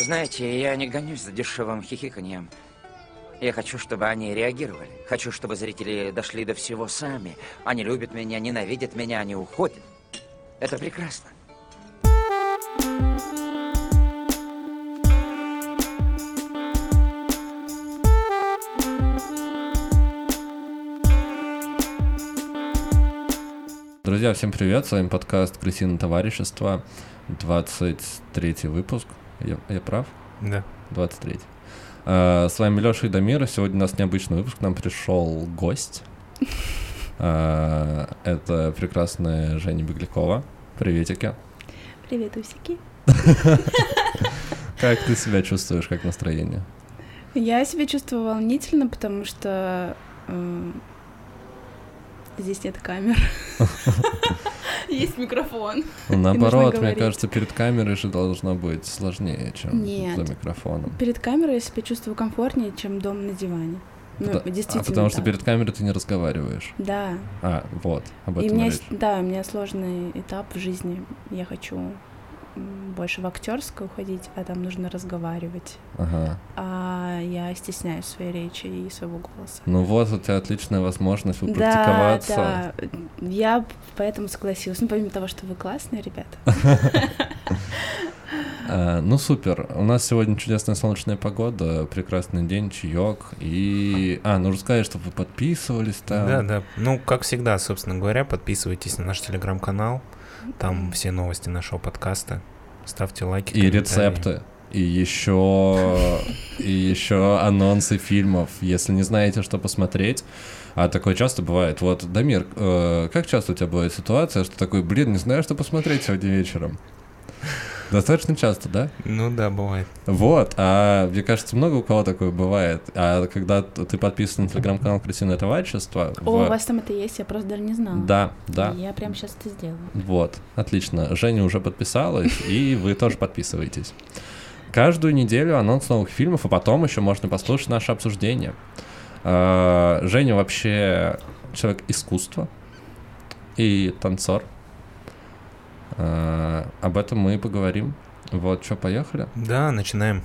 Знаете, я не гонюсь за дешевым хихиканьем. Я хочу, чтобы они реагировали. Хочу, чтобы зрители дошли до всего сами. Они любят меня, ненавидят меня, они уходят. Это прекрасно. Друзья, всем привет, с вами подкаст «Крысиное товарищество», 23-й выпуск, я прав? Да. 23-й. С вами Лёша и Дамир, сегодня у нас необычный выпуск, к нам пришел гость. Это прекрасная Женя Беглякова. Приветики. Привет, усики. Как ты себя чувствуешь, как настроение? Я себя чувствую волнительно, потому что здесь нет камер. Есть микрофон. Наоборот, мне кажется, перед камерой же должно быть сложнее, чем за микрофоном. Перед камерой я себя чувствую комфортнее, чем дома на диване. Действительно. Потому что перед камерой ты не разговариваешь. Да. Вот, об этом речь. Да, у меня сложный этап в жизни. Я хочу больше в актерскую уходить, а там нужно разговаривать. Ага. А я стесняюсь своей речи и своего голоса. Ну вот, у тебя отличная возможность попрактиковаться. Да, я поэтому согласилась. Ну, помимо того, что вы классные ребята. Ну, супер. У нас сегодня чудесная солнечная погода, прекрасный день, чаек. И... нужно сказать, чтобы вы подписывались там. Да. Ну, как всегда, собственно говоря, подписывайтесь на наш телеграм-канал. Там все новости нашего подкаста. Ставьте лайки. И рецепты. И еще анонсы фильмов. Если не знаете, что посмотреть, а такое часто бывает. Вот, Дамир, как часто у тебя бывает ситуация, что такой, не знаю, что посмотреть сегодня вечером? Достаточно часто, да? Ну да, бывает. Вот, мне кажется, много у кого такое бывает. А когда ты подписан на телеграм-канал «Крысиное товарищество». У вас там это есть, я просто даже не знала. Да. Я прямо сейчас это сделаю. Вот, отлично. Женя уже подписалась, и вы тоже подписывайтесь. Каждую неделю анонс новых фильмов, а потом еще можно послушать наше обсуждение. Женя вообще человек искусства и танцор. Об этом мы и поговорим. Вот, что, поехали? Да, начинаем.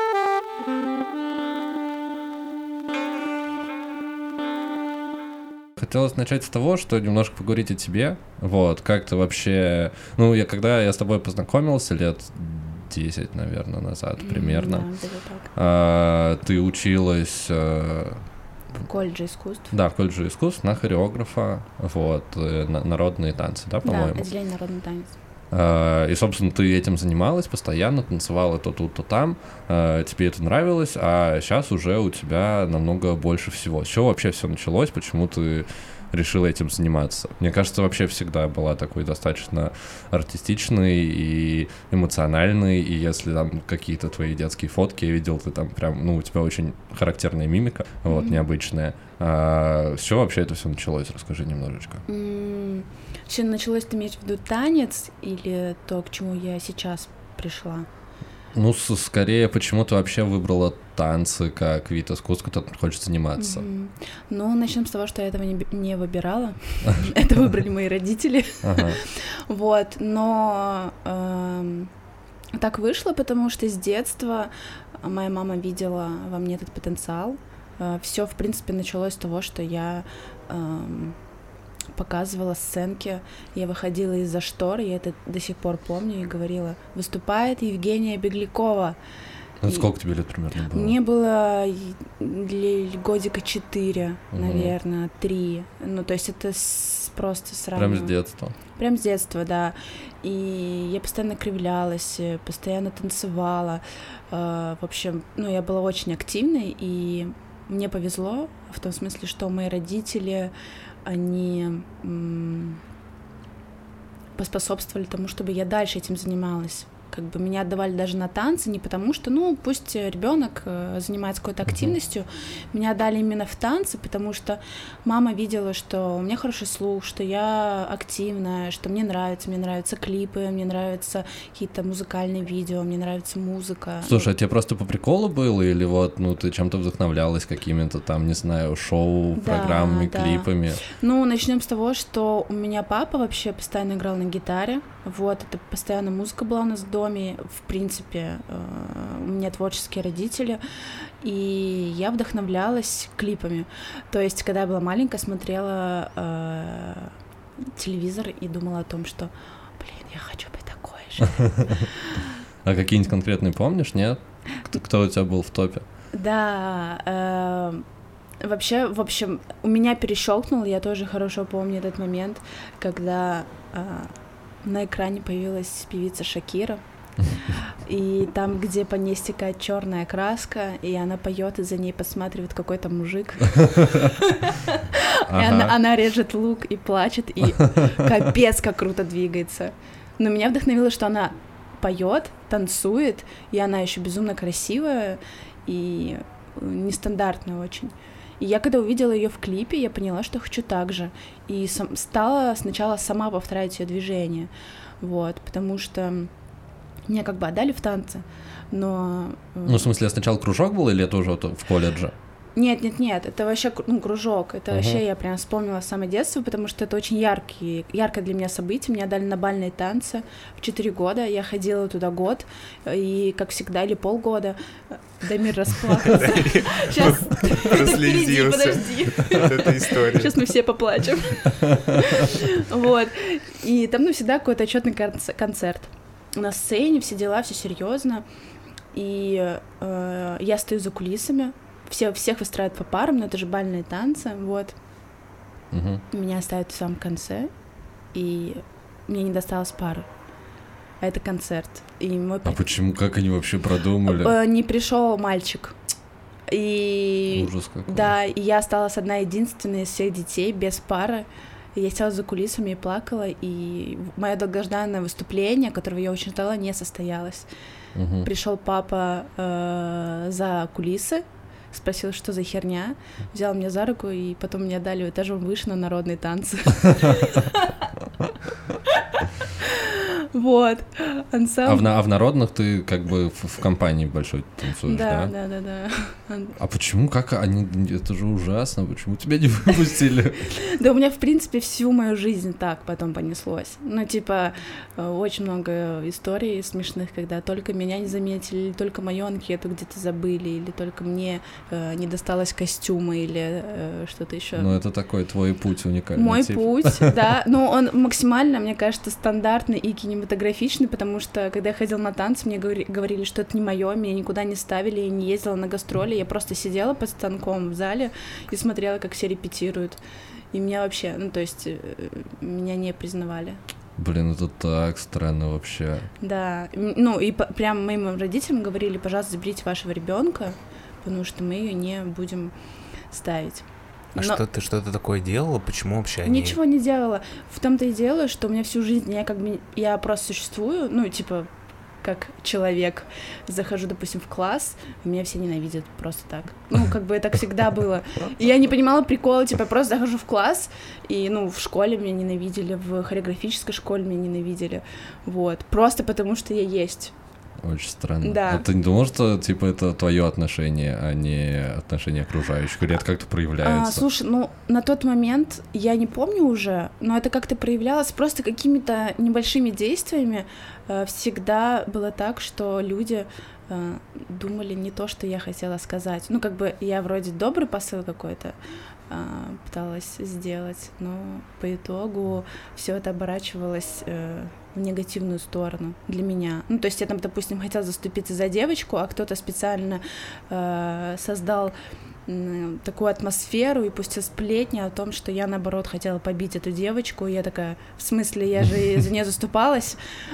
Хотелось начать с того, что немножко поговорить о тебе. Вот, как ты вообще... Ну, когда я с тобой познакомился лет 10, наверное, назад примерно. Да, где-то так. Ты училась... В колледже искусств. Да, в колледже искусств на хореографа, вот, народные танцы, да, по-моему? Да, отделение народный танец. И, собственно, ты этим занималась постоянно, танцевала то тут, то там, тебе это нравилось, а сейчас уже у тебя намного больше всего. С чего вообще все началось, почему ты решила этим заниматься? Мне кажется, вообще всегда была такой достаточно артистичной и эмоциональной, и если там какие-то твои детские фотки я видел, ты там прям, у тебя очень характерная мимика, вот, необычная. С чего вообще это все началось? Расскажи немножечко. Все началось, ты имеешь в виду танец или то, к чему я сейчас пришла? Ну, скорее, почему ты вообще выбрала танцы как вид искусства, которым хочешь заниматься? Ну, начнем с того, что я этого не выбирала. Это выбрали мои родители. Вот, но так вышло, потому что с детства моя мама видела во мне этот потенциал. Все, в принципе, началось с того, что я показывала сценки, я выходила из-за штор, я это до сих пор помню, и говорила: выступает Евгения Беглякова. Сколько тебе лет примерно было? Мне было годика 4, наверное, 3. Ну, то есть это просто сразу. Прям с детства? Прям с детства, да. И я постоянно кривлялась, постоянно танцевала. В общем, я была очень активной, и мне повезло в том смысле, что мои родители, они поспособствовали тому, чтобы я дальше этим занималась. Как бы меня отдавали даже на танцы, не потому что, пусть ребенок занимается какой-то активностью, меня отдали именно в танцы, потому что мама видела, что у меня хороший слух, что я активная, что мне нравятся клипы, мне нравятся какие-то музыкальные видео, мне нравится музыка. Слушай, а тебе просто по приколу было, или вот, ты чем-то вдохновлялась, какими-то там, не знаю, шоу, программами, клипами? Ну, начнем с того, что у меня папа вообще постоянно играл на гитаре, вот, это постоянно музыка была у нас дома. доме, в принципе, у меня творческие родители, и я вдохновлялась клипами. То есть, когда я была маленькая, смотрела телевизор и думала о том, что, я хочу быть такой же. А какие-нибудь конкретные помнишь, нет? Кто у тебя был в топе? Да, вообще, в общем, у меня перещелкнуло, я тоже хорошо помню этот момент, когда на экране появилась певица Шакира, и там, где по ней стекает черная краска, и она поет, и за ней посматривает какой-то мужик. Она режет лук и плачет, и капец, как круто двигается. Но меня вдохновило, что она поет, танцует, и она еще безумно красивая и нестандартная очень. И я когда увидела ее в клипе, я поняла, что хочу так же. И стала сначала сама повторять ее движения, вот, потому что меня как бы отдали в танцы, но... Ну, в смысле, сначала кружок был или это уже в колледже? Нет, это вообще, кружок, это вообще я прям вспомнила с самого детства, потому что это очень яркое для меня событие, меня дали на бальные танцы в 4 года, я ходила туда год, и, как всегда, или полгода, Дамир расплакался. Сейчас, прослезился. Подожди. Это история. Сейчас мы все поплачем. Вот, и там, всегда какой-то отчетный концерт. На сцене все дела, все серьезно, и я стою за кулисами, всех выстраивают по парам, но это же бальные танцы, вот. Меня ставят в самом конце, и мне не досталось пары. А это концерт. И А почему? Как они вообще продумали? Не пришел мальчик. И... Ужас какой. Да, и я осталась одна единственная из всех детей без пары. И я села за кулисами и плакала, и мое долгожданное выступление, которого я очень ждала, не состоялось. Пришел папа за кулисы, спросил, что за херня, взял меня за руку, и потом меня дали этажом выше на народные танцы. Вот. А в народных ты как бы в компании большой танцуешь, да? Да. А почему? Как они? Это же ужасно. Почему тебя не выпустили? Да у меня, в принципе, всю мою жизнь так потом понеслось. Очень много историй смешных, когда только меня не заметили, или только мою анкету где-то забыли, или только мне не досталось костюма, или что-то еще. Ну, это такой твой путь уникальный. Мой путь, да. Он максимально, мне кажется, стандартный и кинематографичный, потому что, когда я ходила на танцы, мне говорили, что это не мое, меня никуда не ставили, я не ездила на гастроли, я просто сидела под станком в зале и смотрела, как все репетируют. И меня вообще, меня не признавали. Блин, это так странно вообще. Да, и прям моим родителям говорили, пожалуйста, заберите вашего ребенка, потому что мы ее не будем ставить. Что ты что-то такое делала? Почему вообще они... Ничего не делала. В том-то и дело, что у меня всю жизнь я просто существую, как человек. Захожу, допустим, в класс, и меня все ненавидят просто так. Так всегда было. И я не понимала прикола, просто захожу в класс, и, в школе меня ненавидели, в хореографической школе меня ненавидели. Вот. Просто потому, что я есть. Очень странно. Да. А ты не думал, что, это твое отношение, а не отношение окружающих? Или это как-то проявляется? Слушай, на тот момент я не помню уже, но это как-то проявлялось просто какими-то небольшими действиями. Всегда было так, что люди думали не то, что я хотела сказать. Я вроде добрый посыл какой-то пыталась сделать, но по итогу все это оборачивалось в негативную сторону для меня. То есть я там, допустим, хотела заступиться за девочку, а кто-то специально создал такую атмосферу и пустил сплетни о том, что я, наоборот, хотела побить эту девочку. И я такая, в смысле, я же за нее заступалась,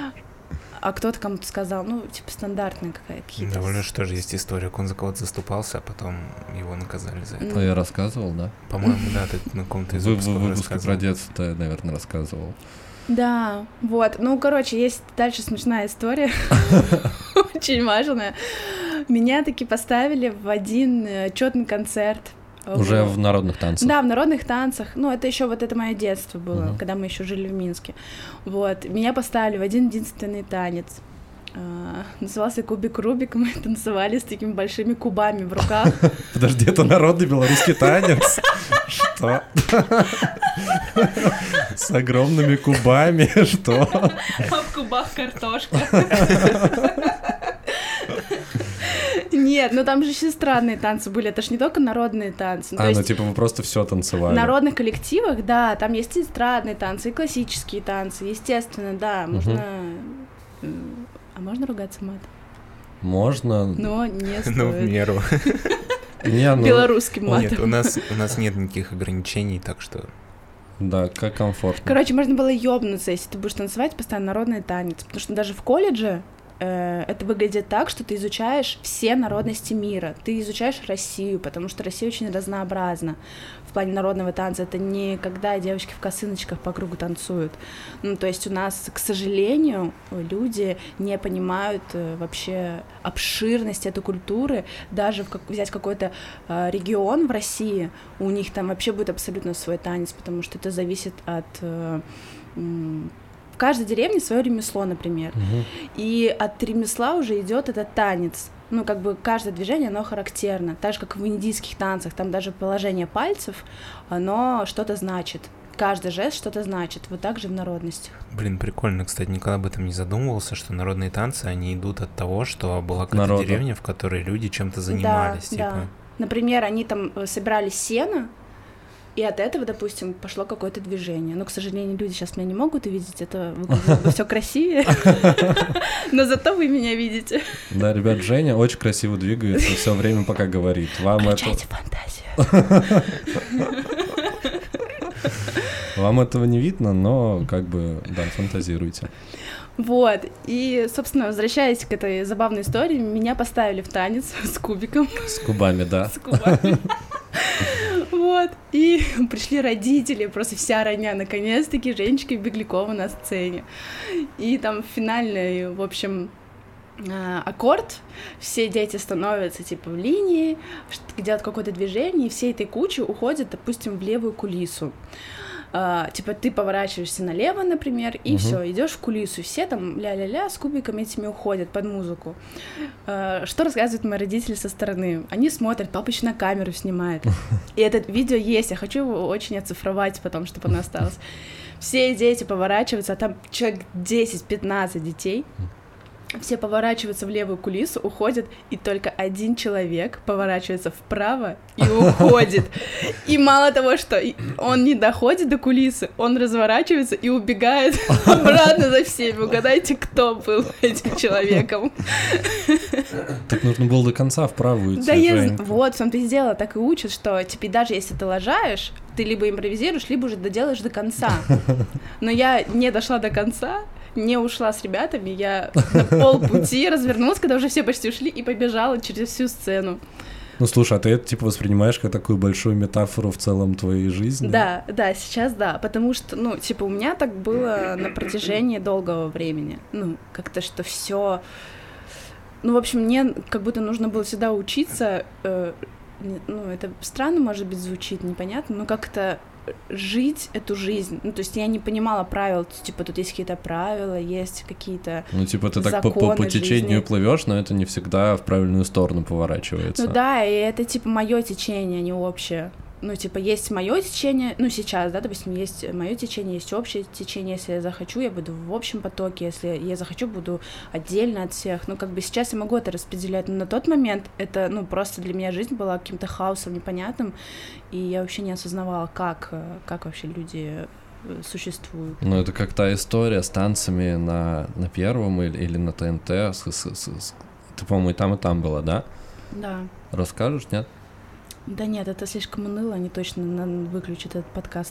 а кто-то кому-то сказал, стандартная какая-то. Довольно что же есть история, он за кого-то заступался, а потом его наказали за это. Я рассказывал, да? По-моему, да, ты на каком-то из выпусков рассказывал. Про детство ты, наверное, рассказывал. Да, вот. Есть дальше смешная история, очень важная. Меня таки поставили в один четный концерт. Уже в народных танцах? Да, в народных танцах. Это еще это мое детство было, когда мы еще жили в Минске. Вот. Меня поставили в один единственный танец. Назывался «Кубик Рубик». Мы танцевали с такими большими кубами в руках. Подожди, это народный белорусский танец? Что? С огромными кубами, что? А в кубах картошка. Нет, ну там же еще странные танцы были, это ж не только народные танцы. Ну типа вы просто все танцевали. В народных коллективах, да, там есть и эстрадные танцы, и классические танцы, естественно, да, можно... А можно ругаться матом? Можно. Но не стоит. Ну, в меру. Белорусским матом. Нет, у нас нет никаких ограничений, так что... Да, как комфортно. Короче, можно было ёбнуться, если ты будешь танцевать постоянно народный танец, потому что даже в колледже это выглядит так, что ты изучаешь все народности мира, ты изучаешь Россию, потому что Россия очень разнообразна в плане народного танца. Это не когда девочки в косыночках по кругу танцуют. Ну, то есть у нас, к сожалению, люди не понимают вообще обширность этой культуры. Даже взять какой-то регион в России, у них там вообще будет абсолютно свой танец, потому что это зависит от... В каждой деревне свое ремесло, например. И от ремесла уже идет этот танец. Ну, как бы каждое движение, оно характерно. Так же, как в индийских танцах, там даже положение пальцев, оно что-то значит. Каждый жест что-то значит. Вот так же в народностях. Блин, прикольно, кстати, никогда об этом не задумывался, что народные танцы, они идут от того, что была какая-то деревня, в которой люди чем-то занимались. Да, да. Например, они там собирали сено, и от этого, допустим, пошло какое-то движение. Но, к сожалению, люди сейчас меня не могут увидеть, это выглядит бы все красивее. Но зато вы меня видите. Да, ребят, Женя очень красиво двигается все время, пока говорит. Включайте фантазию. Вам этого не видно, но как бы, да, фантазируйте. Вот, и, собственно, возвращаясь к этой забавной истории, меня поставили в танец с кубиком. С кубами, да. С кубами. Вот, и пришли родители, просто вся родня, наконец-таки, Женечка Беглякова на сцене. И там финальный, в общем, аккорд, все дети становятся, типа, в линии, делают какое-то движение, и всей этой кучей уходят, допустим, в левую кулису. Типа ты поворачиваешься налево, например, и все, идешь в кулису, все там ля-ля-ля с кубиками этими уходят под музыку. Что рассказывают мои родители со стороны? Они смотрят, папа еще на камеру снимает. И это видео есть, я хочу его очень оцифровать потом, чтобы оно осталось. Все дети поворачиваются, а там человек 10-15 детей. Все поворачиваются в левую кулису, уходят, и только один человек поворачивается вправо и уходит. И мало того, что он не доходит до кулисы, он разворачивается и убегает обратно за всеми. Угадайте, кто был этим человеком. Так нужно было до конца вправо идти. Да, вот, в том-то и дело, так и учат, что теперь даже если ты лажаешь, ты либо импровизируешь, либо уже доделаешь до конца. Но я не дошла до конца, не ушла с ребятами, я на полпути развернулась, когда уже все почти ушли, и побежала через всю сцену. Ну, слушай, а ты это, типа, воспринимаешь как такую большую метафору в целом твоей жизни? Да, сейчас да, потому что, ну, типа, у меня так было на протяжении долгого времени. Ну, как-то, что все. Ну, в общем, мне как будто нужно было всегда учиться, ну, это странно, может быть, звучит, непонятно, но как-то жить эту жизнь. Ну, то есть я не понимала правил, типа, тут есть какие-то правила, есть какие-то Ну, типа, ты так по течению плывешь, но это не всегда в правильную сторону поворачивается. Ну да, и это, типа, мое течение, а не общее. Ну, типа, есть мое течение, ну, сейчас, да, допустим, есть мое течение, есть общее течение, если я захочу, я буду в общем потоке, если я захочу, буду отдельно от всех, ну, как бы сейчас я могу это распределять, но на тот момент это, ну, просто для меня жизнь была каким-то хаосом непонятным, и я вообще не осознавала, как вообще люди существуют. Ну, это как та история с танцами на Первом или на ТНТ, ты, по-моему, и там была, да? Да. Расскажешь, нет? Да нет, это слишком уныло, они точно выключат этот подкаст.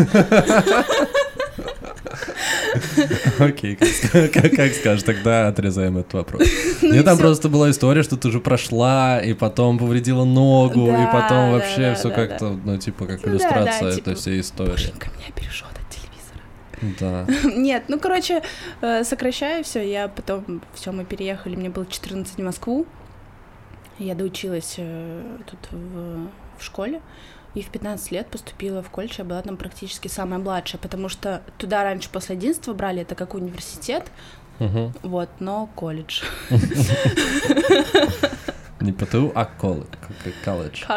Окей, как скажешь, тогда отрезаем этот вопрос. Мне там просто была история, что ты уже прошла, и потом повредила ногу, и потом вообще все как-то, ну, типа, как иллюстрация этой всей истории. Боженька меня перешёт от телевизора. Да. Нет, ну, короче, сокращаю все, я потом, все, мы переехали, мне было 14 в Москву. Я доучилась тут в школе, и в 15 лет поступила в колледж, я была там практически самая младшая, потому что туда раньше после 11 брали, это как университет, вот, но колледж. Не ПТУ, а колледж.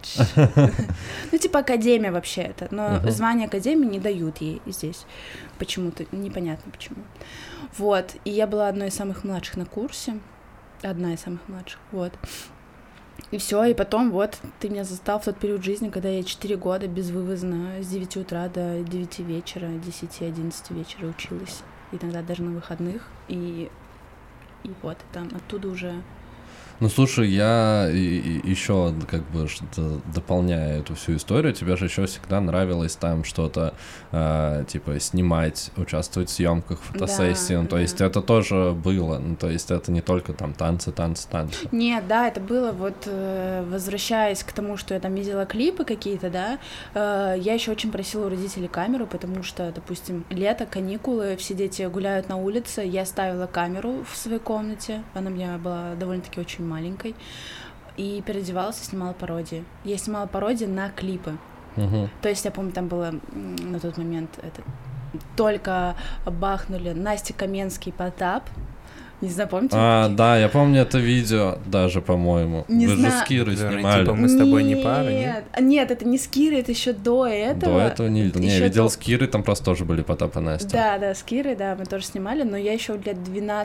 Ну, типа академия вообще это, но звание академии не дают ей здесь. Почему-то, непонятно почему. Вот, и я была одной из самых младших на курсе, одна из самых младших, вот. И все, и потом вот ты меня застал в тот период жизни, когда я 4 года безвывозно с 9 утра до 9 вечера, 10-11 вечера училась, иногда даже на выходных, и вот, там оттуда уже... Ну, слушай, я еще как бы дополняя эту всю историю, тебе же еще всегда нравилось там что-то, типа, снимать, участвовать в съемках, фотосессии, ну, то есть это тоже было, ну, то есть это не только там танцы. Нет, да, это было вот, возвращаясь к тому, что я там видела клипы какие-то, да, я еще очень просила у родителей камеру, потому что, допустим, лето, каникулы, все дети гуляют на улице, я ставила камеру в своей комнате, она у меня была довольно-таки очень маленькой, и переодевалась и снимала пародии. Я снимала пародии на клипы. То есть я помню, там было на тот момент только бахнули Настя Каменский, Потап. Не знаю, помните? Да, я помню это видео даже, по-моему. Не Вы знаю. же с Кирой снимали. Типа мы с тобой не пара, нет? Нет, это не с Кирой, это еще до этого. До этого не видел. Не, я видел с Кирой, там просто тоже были Потап и Настя. Да, с Кирой, да, мы тоже снимали, но я еще лет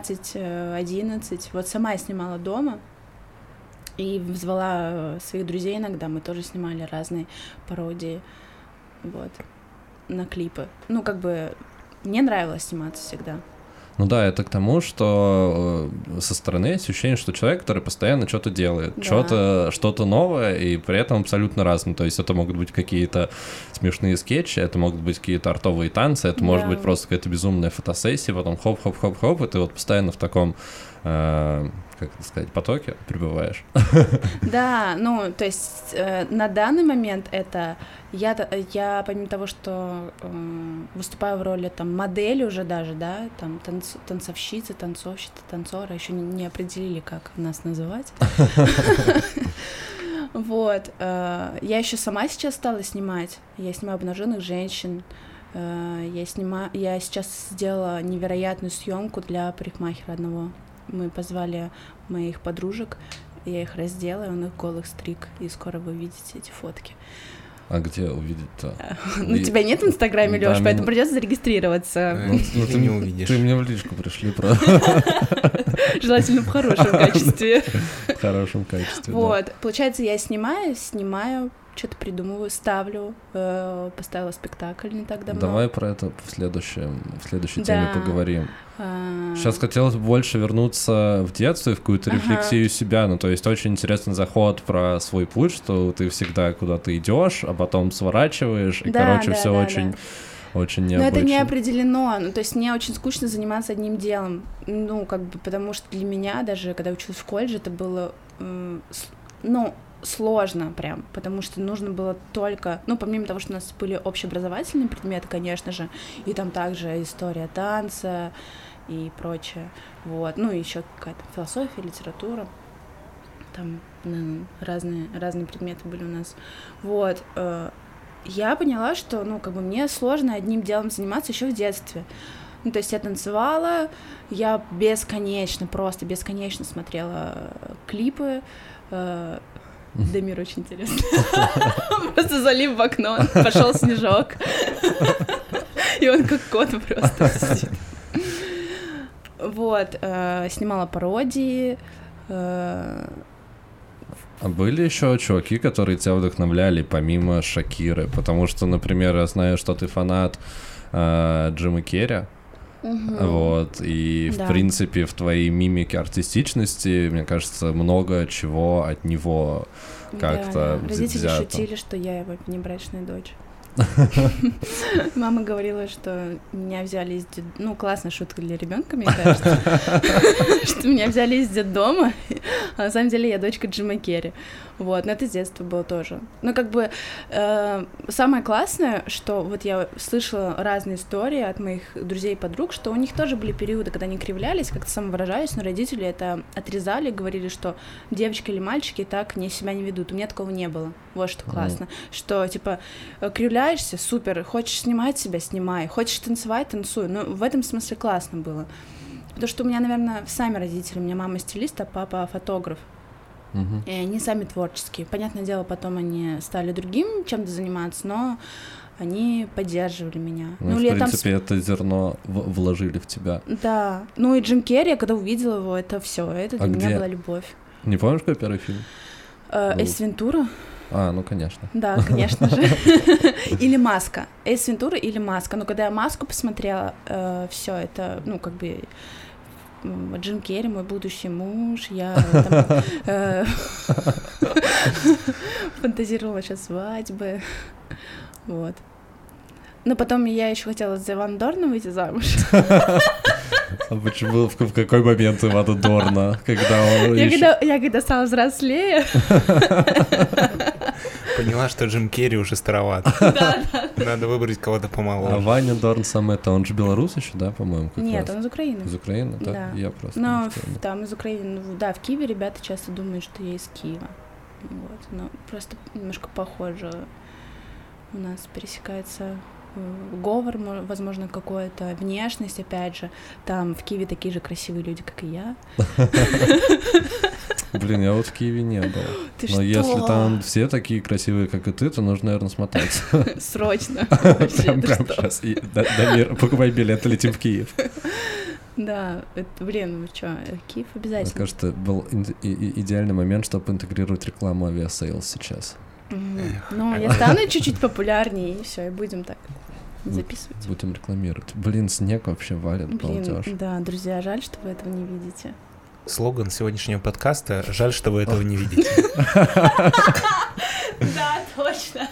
12-11 вот сама снимала дома. И звала своих друзей иногда, мы тоже снимали разные пародии, вот, на клипы. Ну, как бы, мне нравилось сниматься всегда. Ну да, это к тому, что со стороны есть ощущение, что человек, который постоянно что-то делает, да. что-то новое, и при этом абсолютно разное. То есть это могут быть какие-то смешные скетчи, это могут быть какие-то артовые танцы, это может быть просто какая-то безумная фотосессия, потом хоп-хоп-хоп-хоп, и ты вот постоянно в таком... как это сказать, потоке пребываешь. Да, ну, то есть на данный момент это я помимо того, что выступаю в роли там модели уже даже, да, там танцовщицы, танцора, еще не определили, как нас называть. Вот, я еще сама сейчас стала снимать, я снимаю обнаженных женщин, я сейчас сделала невероятную съемку для парикмахера одного. Мы позвали моих подружек, я их раздела, он их голых стриг, и скоро вы увидите эти фотки. А где увидеть-то? Ну, тебя нет в Инстаграме, Лёш, поэтому придется зарегистрироваться. Ну, ты не увидишь. Ты мне в личку пришли, правда. Желательно в хорошем качестве. В хорошем качестве, вот, получается, я снимаю, что-то придумываю, ставлю, поставила спектакль не так давно. Давай про это в следующей теме поговорим. Сейчас хотелось бы больше вернуться в детство и в какую-то рефлексию себя, ну, то есть очень интересный заход про свой путь, что ты всегда куда-то идешь, а потом сворачиваешь, и, все очень необычно. Но это не определено, ну, то есть мне очень скучно заниматься одним делом, ну, как бы, потому что для меня, даже когда училась в колледже, это было, сложно прям, потому что нужно было только, ну, помимо того, что у нас были общеобразовательные предметы, конечно же, и там также история танца и прочее, вот, ну, еще какая-то философия, литература, там разные предметы были у нас, вот, я поняла, что, ну, как бы мне сложно одним делом заниматься еще в детстве. Ну, то есть я танцевала, я бесконечно смотрела клипы. Дамир очень интересно. Просто залив в окно, пошел снежок. И он как кот просто сидит. Вот, снимала пародии. А были еще чуваки, которые тебя вдохновляли помимо Шакиры? Потому что, например, я знаю, что ты фанат Джима Керри. Вот, и, в принципе, в твоей мимике артистичности, мне кажется, много чего от него как-то Родители взято. шутили, что я его внебрачная дочь. Мама говорила, что меня взяли из детдома. Ну, классная шутка для ребенка, мне кажется. Что меня взяли из детдома, а на самом деле я дочка Джима Керри. Вот, но это с детства было тоже. Ну, как бы, самое классное, что вот я слышала разные истории от моих друзей и подруг, что у них тоже были периоды, когда они кривлялись, как-то самовыражались, но родители это отрезали, говорили, что девочки или мальчики так себя не ведут. У меня такого не было. Вот что классно. Что, типа, кривляешься, супер, хочешь снимать себя, снимай, хочешь танцевать, танцуй. Ну, в этом смысле классно было. Потому что у меня, наверное, сами родители, у меня мама стилист, а папа фотограф. И они сами творческие. Понятное дело, потом они стали другим чем-то заниматься, но они поддерживали меня. Ну, в принципе, это зерно вложили в тебя. Да. Ну и Джим Керри, я когда увидела его, это все. Это для меня была любовь. Не помнишь, какой первый фильм? Эйс Вентура. Ну конечно. Да, конечно же. Или «Маска». Эйс Вентура или «Маска». Но когда я «Маску» посмотрела, все это, ну, как бы... Джим Керри, мой будущий муж, я там фантазировала сейчас свадьбы, вот. Но потом я еще хотела за Ивана Дорна выйти замуж. А почему, в какой момент Ивана Дорна, когда он Я когда стала взрослее. Поняла, что Джим Керри уже староват. Надо выбрать кого-то помоложе. А Ваня Дорн сам это, он же белорус еще, да, по-моему? Нет, он из Украины. Из Украины, да? Да. Я просто... Но там из Украины, да, в Киеве ребята часто думают, что я из Киева. Вот, но просто немножко похоже. У нас пересекается говор, возможно, какой-то, внешность, опять же. Там в Киеве такие же красивые люди, как и я. Блин, я вот в Киеве не был. Ты но что? Если там все такие красивые, как и ты, то нужно, наверное, смотаться. Срочно. Прям сейчас. Покупай билет, летим в Киев. Да, блин, ну что, Киев обязательно. Мне кажется, был идеальный момент, чтобы интегрировать рекламу авиасейлс сейчас. Ну, я стану чуть-чуть популярнее, и все, и будем так записывать. Будем рекламировать. Блин, снег вообще валит, балдеж. Да, друзья, жаль, что вы этого не видите. Слоган сегодняшнего подкаста «Жаль, что вы этого не видите». Да, точно.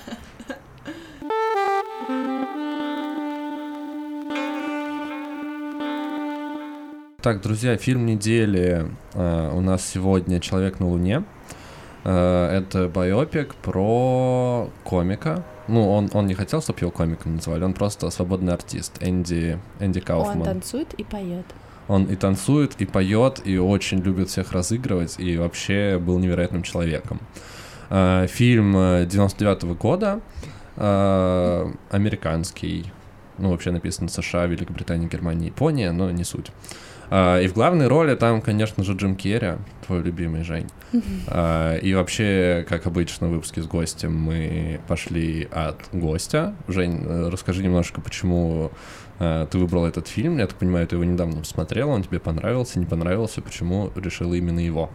Так, друзья, фильм недели у нас сегодня «Человек на Луне». Это байопик про комика. Ну, он не хотел, чтобы его комиком называли, он просто свободный артист, Энди Кауфман. Он танцует и поет. Он и танцует, и поет, и очень любит всех разыгрывать, и вообще был невероятным человеком. Фильм 99-го года, американский, ну, вообще написано США, Великобритания, Германия, Япония, но не суть. И в главной роли там, конечно же, Джим Керри, твой любимый, Жень. И вообще, как обычно в выпуске с гостем, мы пошли от гостя. Жень, расскажи немножко, почему ты выбрал этот фильм. Я так понимаю, ты его недавно посмотрела, он тебе понравился, не понравился, почему решила именно его?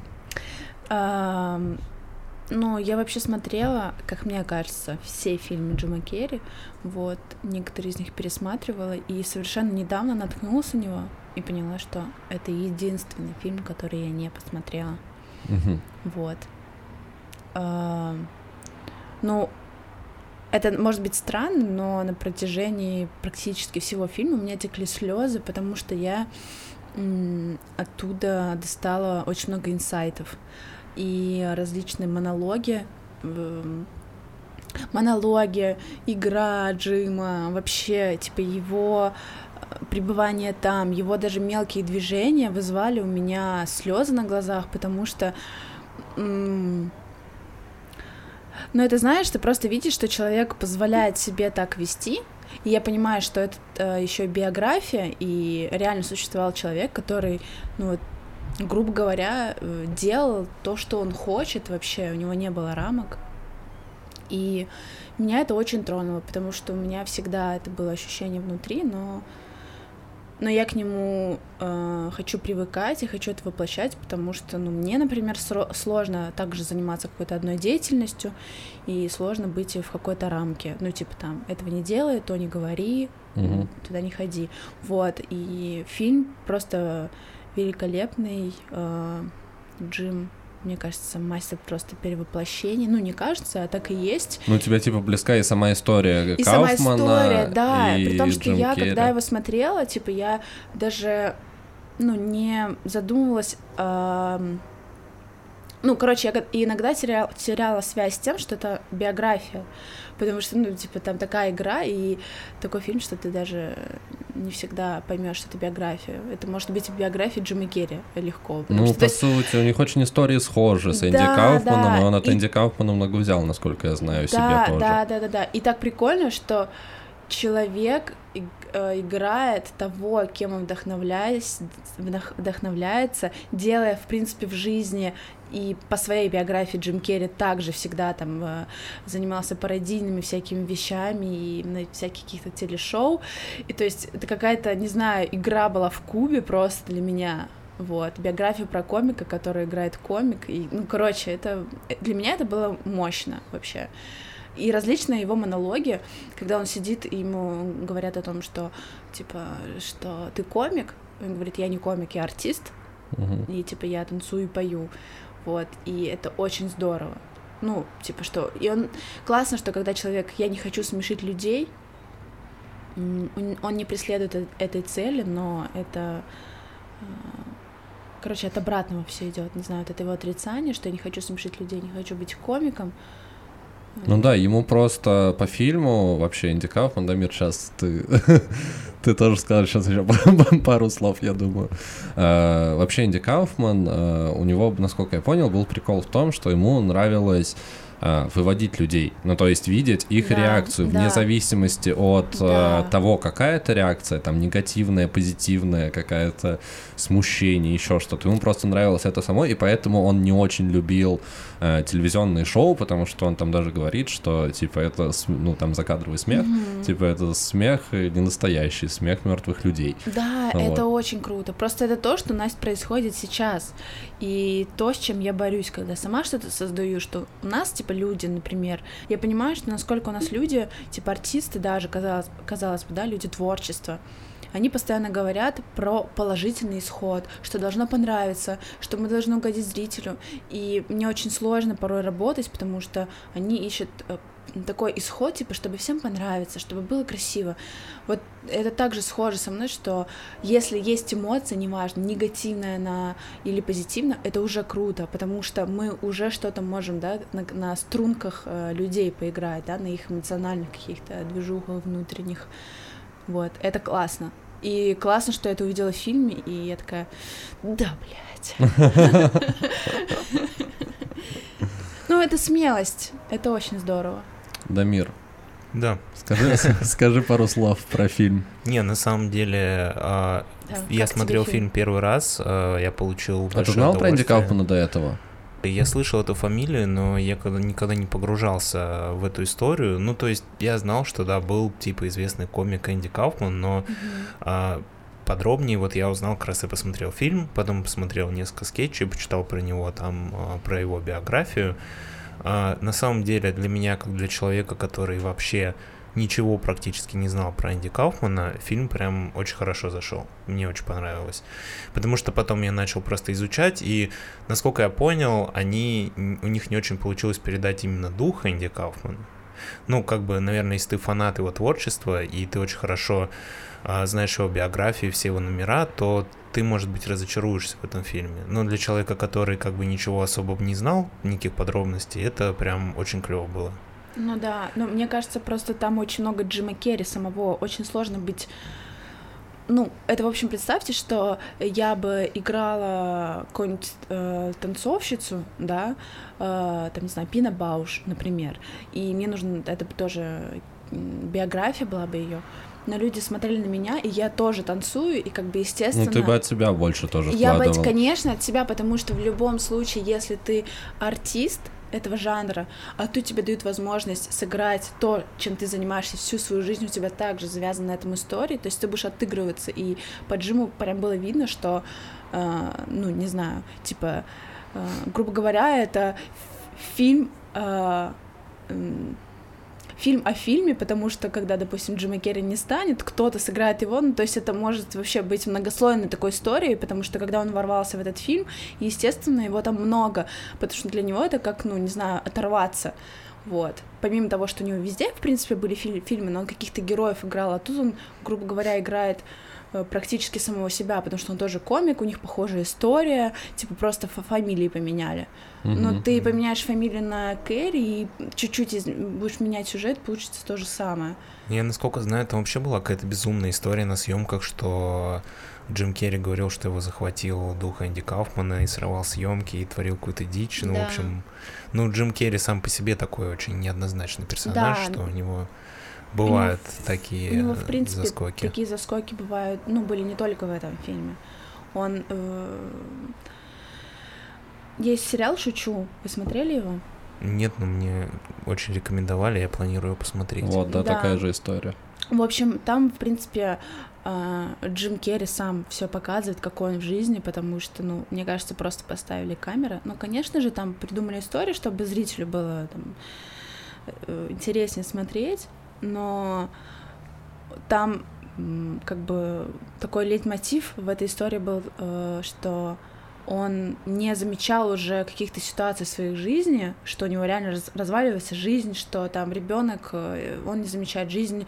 Ну, я вообще смотрела, как мне кажется, все фильмы Джима Керри, вот, некоторые из них пересматривала, и совершенно недавно наткнулась на него и поняла, что это единственный фильм, который я не посмотрела. Вот. Ну, это может быть странно, но на протяжении практически всего фильма у меня текли слезы, потому что я оттуда достала очень много инсайтов. И различные монологи, игра Джима, вообще, типа, его пребывание там, его даже мелкие движения вызвали у меня слезы на глазах, потому что, ну, это, знаешь, ты просто видишь, что человек позволяет себе так вести, и я понимаю, что это еще биография, и реально существовал человек, который, ну, вот, грубо говоря, делал то, что он хочет вообще, у него не было рамок. И меня это очень тронуло, потому что у меня всегда это было ощущение внутри, но я к нему хочу привыкать и хочу это воплощать, потому что, ну, мне, например, сложно также заниматься какой-то одной деятельностью, и сложно быть в какой-то рамке. Ну, типа там, этого не делай, то не говори, туда не ходи. Вот, и фильм просто великолепный. Джим, мне кажется, мастер просто перевоплощения. Ну, не кажется, а так и есть. Ну, тебе, типа, близка и сама история и Кауфмана, сама история, да. и при том, что Джим я, Керри. когда его смотрела, типа, я даже, ну, не задумывалась... Ну, короче, я иногда теряла связь с тем, что это биография, потому что, ну, типа, там такая игра и такой фильм, что ты даже не всегда поймешь, что это биография. Это может быть биография Джима Керри легко. Ну, что, по сути, у них очень истории схожи с Энди Кауфманом, да. и он от Энди Кауфмана много взял, насколько я знаю, себе тоже. Да. И так прикольно, что человек играет того, кем он вдохновляется, делая, в принципе, в жизни. И по своей биографии Джим Керри также всегда там занимался пародийными всякими вещами и на всяких каких-то телешоу. И то есть это какая-то, не знаю, игра была в кубе просто для меня. Вот, биография про комика, который играет комик. И, ну, короче, это для меня это было мощно вообще. И различные его монологи, когда он сидит, и ему говорят о том, что, типа, что ты комик, он говорит, я не комик, я артист, и, типа, я танцую и пою. Вот, и это очень здорово. Ну, типа, что... И он... Классно, что когда человек «я не хочу смешить людей», он не преследует этой цели, но это... Короче, от обратного все идет. Не знаю, это его отрицание, что я не хочу смешить людей, не хочу быть комиком. Ну да, ему просто по фильму вообще Энди Кауфман, Дамир, сейчас ты тоже скажешь сейчас еще пару слов, я думаю. Вообще Энди Кауфман, у него, насколько я понял, был прикол в том, что ему нравилось выводить людей, ну то есть видеть их реакцию вне зависимости от того, какая это реакция, там негативная, позитивная, какая-то смущение, еще что-то. Ему просто нравилось это само, и поэтому он не очень любил телевизионные шоу, потому что он там даже говорит, что типа это, ну там закадровый смех, типа это смех не настоящий, смех мертвых людей. Да, вот. Это очень круто. Просто это то, что, Настя, происходит сейчас, и то, с чем я борюсь, когда сама что-то создаю, что у нас типа люди, например, я понимаю, что насколько у нас люди, типа артисты даже, казалось бы, да, люди творчества, они постоянно говорят про положительный исход, что должно понравиться, что мы должны угодить зрителю, и мне очень сложно порой работать, потому что они ищут такой исход, типа, чтобы всем понравиться, чтобы было красиво. Вот это также схоже со мной, что если есть эмоция, неважно, негативная она или позитивная, это уже круто, потому что мы уже что-то можем, да, на струнках людей поиграть, да, на их эмоциональных каких-то движухах внутренних. Вот, это классно. И классно, что я это увидела в фильме, и я такая, да, блядь. Ну, это смелость, это очень здорово. Дамир. Да. Скажи пару слов про фильм. Не, на самом деле, я смотрел фильм первый раз, я получил большое удовольствие. А ты знал про Энди Кауфмана до этого? Я слышал эту фамилию, но я никогда не погружался в эту историю. Ну, то есть я знал, что, да, был, типа, известный комик Энди Кауфман, но подробнее вот я узнал, как раз я посмотрел фильм, потом посмотрел несколько скетчей, почитал про него, там, про его биографию. На самом деле, для меня, как для человека, который вообще ничего практически не знал про Энди Кауфмана, фильм прям очень хорошо зашел. Мне очень понравилось. Потому что потом я начал просто изучать, и, насколько я понял, у них не очень получилось передать именно дух Энди Кауфмана. Ну, как бы, наверное, если ты фанат его творчества, и ты очень хорошо знаешь его биографию, все его номера, то ты, может быть, разочаруешься в этом фильме. Но для человека, который как бы ничего особо не знал, никаких подробностей, это прям очень клево было. Ну да, но мне кажется, просто там очень много Джима Керри самого, очень сложно быть... Ну, это, в общем, представьте, что я бы играла какую-нибудь танцовщицу, да, там, не знаю, Пина Бауш, например, и мне нужно, это бы тоже биография была бы ее, но люди смотрели на меня, и я тоже танцую, и как бы, естественно... Ну, ты бы от себя больше тоже я вкладывал. Я бы, конечно, от себя, потому что в любом случае, если ты артист этого жанра, а тут тебе дают возможность сыграть то, чем ты занимаешься всю свою жизнь, у тебя также завязана на этом истории, то есть ты будешь отыгрываться, и по Джиму прям было видно, что, ну, не знаю, типа, грубо говоря, это фильм о фильме, потому что когда, допустим, Джима Керри не станет, кто-то сыграет его, ну, то есть это может вообще быть многослойной такой историей, потому что когда он ворвался в этот фильм, естественно, его там много, потому что для него это как, ну, не знаю, оторваться, вот. Помимо того, что у него везде, в принципе, были фильмы, но он каких-то героев играл, а тут он, грубо говоря, играет практически самого себя, потому что он тоже комик, у них похожая история, типа просто фамилии поменяли. Но ты поменяешь фамилию на Керри и чуть-чуть будешь менять сюжет, получится то же самое. Я, насколько знаю, там вообще была какая-то безумная история на съемках, что Джим Керри говорил, что его захватил дух Энди Кауфмана и срывал съемки и творил какую-то дичь. Ну, да. В общем, ну, Джим Керри сам по себе такой очень неоднозначный персонаж, да. Что у него Бывают такие в принципе, заскоки. такие заскоки бывают, были не только в этом фильме. Есть сериал «Шучу». Вы смотрели его? Нет, но мне очень рекомендовали, я планирую посмотреть. Вот, да, такая же история. В общем, там, в принципе, Джим Керри сам все показывает, какой он в жизни, потому что, мне кажется, просто поставили камеры. Конечно же, там придумали историю, чтобы зрителю было интереснее смотреть, но там как бы такой лейтмотив в этой истории был, что он не замечал уже каких-то ситуаций в своей жизни, что у него реально разваливается жизнь, что там ребенок, он не замечает жизнь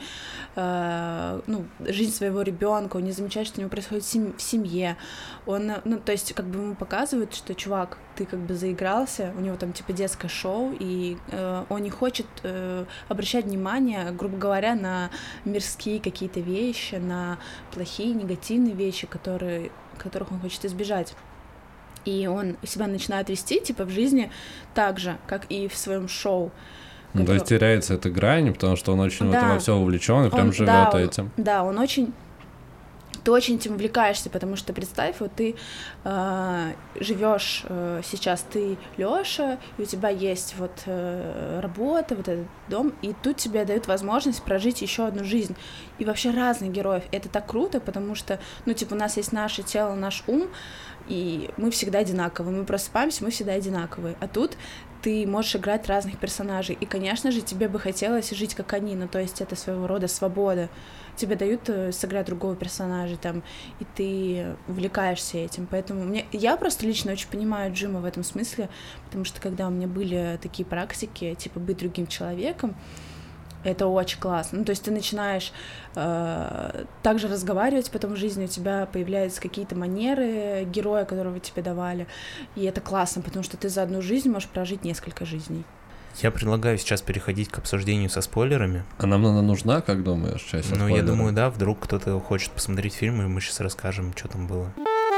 своего ребенка, он не замечает, что у него происходит в семье. Он, то есть, как бы ему показывают, что, чувак, ты как бы заигрался, у него там типа детское шоу, и он не хочет обращать внимание, грубо говоря, на мирские какие-то вещи, на плохие, негативные вещи, которых он хочет избежать. И он себя начинает вести, типа, в жизни так же, как и в своем шоу. То есть теряется эта грань, потому что он очень в это во все увлечен и прям живет этим. Да, ты очень этим увлекаешься, потому что представь, вот ты живешь сейчас, ты Лёша, и у тебя есть вот работа, вот этот дом, и тут тебе дают возможность прожить еще одну жизнь. И вообще разных героев. Это так круто, потому что, у нас есть наше тело, наш ум, и мы всегда одинаковые. Мы просыпаемся, мы всегда одинаковые. А тут ты можешь играть разных персонажей. И, конечно же, тебе бы хотелось жить как они, то есть это своего рода свобода. Тебе дают сыграть другого персонажа, и ты увлекаешься этим. Поэтому я просто лично очень понимаю Джима в этом смысле, потому что когда у меня были такие практики, типа быть другим человеком, это очень классно. То есть ты начинаешь также разговаривать потом в жизни, у тебя появляются какие-то манеры героя, которого тебе давали, и это классно, потому что ты за одну жизнь можешь прожить несколько жизней. Я предлагаю сейчас переходить к обсуждению со спойлерами. А нам она нужна, как думаешь, часть со спойлерами? Я думаю, да, вдруг кто-то хочет посмотреть фильм, и мы сейчас расскажем, что там было.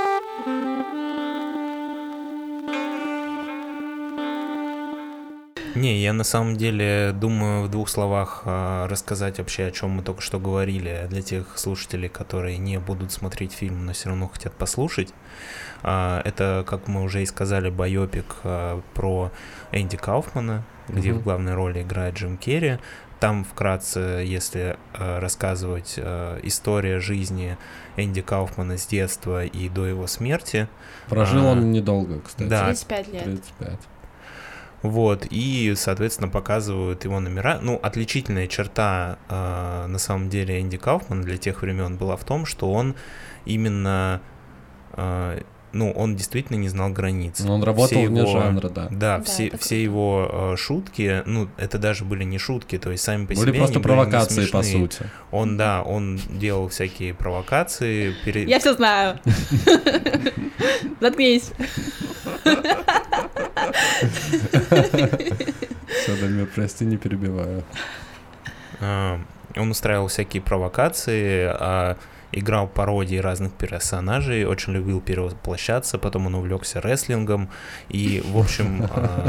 Я на самом деле думаю в двух словах рассказать вообще, о чем мы только что говорили, для тех слушателей, которые не будут смотреть фильм, но все равно хотят послушать. Это, как мы уже и сказали, байопик про Энди Кауфмана, где в главной роли играет Джим Керри. Там вкратце, если рассказывать история жизни Энди Кауфмана с детства и до его смерти. Прожил он недолго, кстати. Да, 35 лет. 35. Вот, и, соответственно, показывают его номера. Отличительная черта, на самом деле, Энди Кауфмана для тех времен была в том, что он именно, он действительно не знал границ. Он работал вне жанра, да. Да, все его шутки, это даже были не шутки, то есть сами по себе были просто провокации, по сути. Он делал всякие провокации. Я все знаю. Заткнись. Все, Дамир, прости, не перебиваю. Он устраивал всякие провокации, играл пародии разных персонажей, очень любил перевоплощаться, потом он увлекся рестлингом, и, в общем,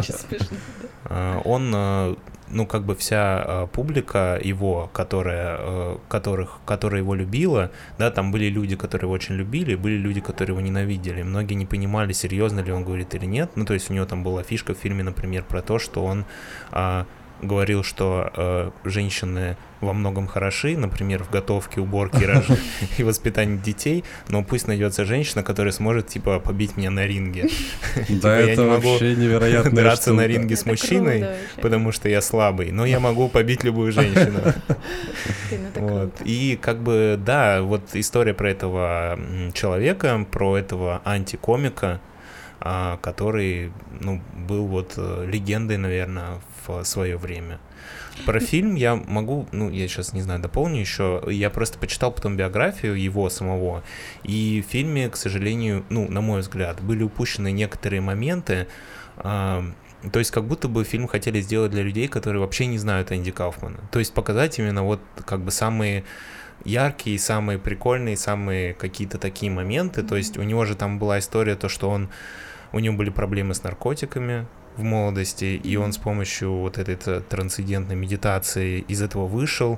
он, вся публика его, которая его любила, да, там были люди, которые его очень любили, были люди, которые его ненавидели. Многие не понимали, серьезно ли он говорит или нет. То есть у него там была фишка в фильме, например, про то, что он говорил, что женщины во многом хороши, например, в готовке, уборке и воспитании детей, но пусть найдется женщина, которая сможет, побить меня на ринге. Да, это вообще невероятная штука. Драться на ринге с мужчиной, потому что я слабый, но я могу побить любую женщину. И вот история про этого человека, про этого антикомика, который, был легендой, наверное, в свое время. Про фильм я могу, я сейчас не знаю, дополню еще, я просто почитал потом биографию его самого, и в фильме, к сожалению, на мой взгляд, были упущены некоторые моменты, то есть как будто бы фильм хотели сделать для людей, которые вообще не знают Энди Кауфмана, то есть показать именно самые яркие, самые прикольные, самые какие-то такие моменты, то есть у него же там была история, то, что у него были проблемы с наркотиками в молодости, и он с помощью этой трансцендентной медитации из этого вышел,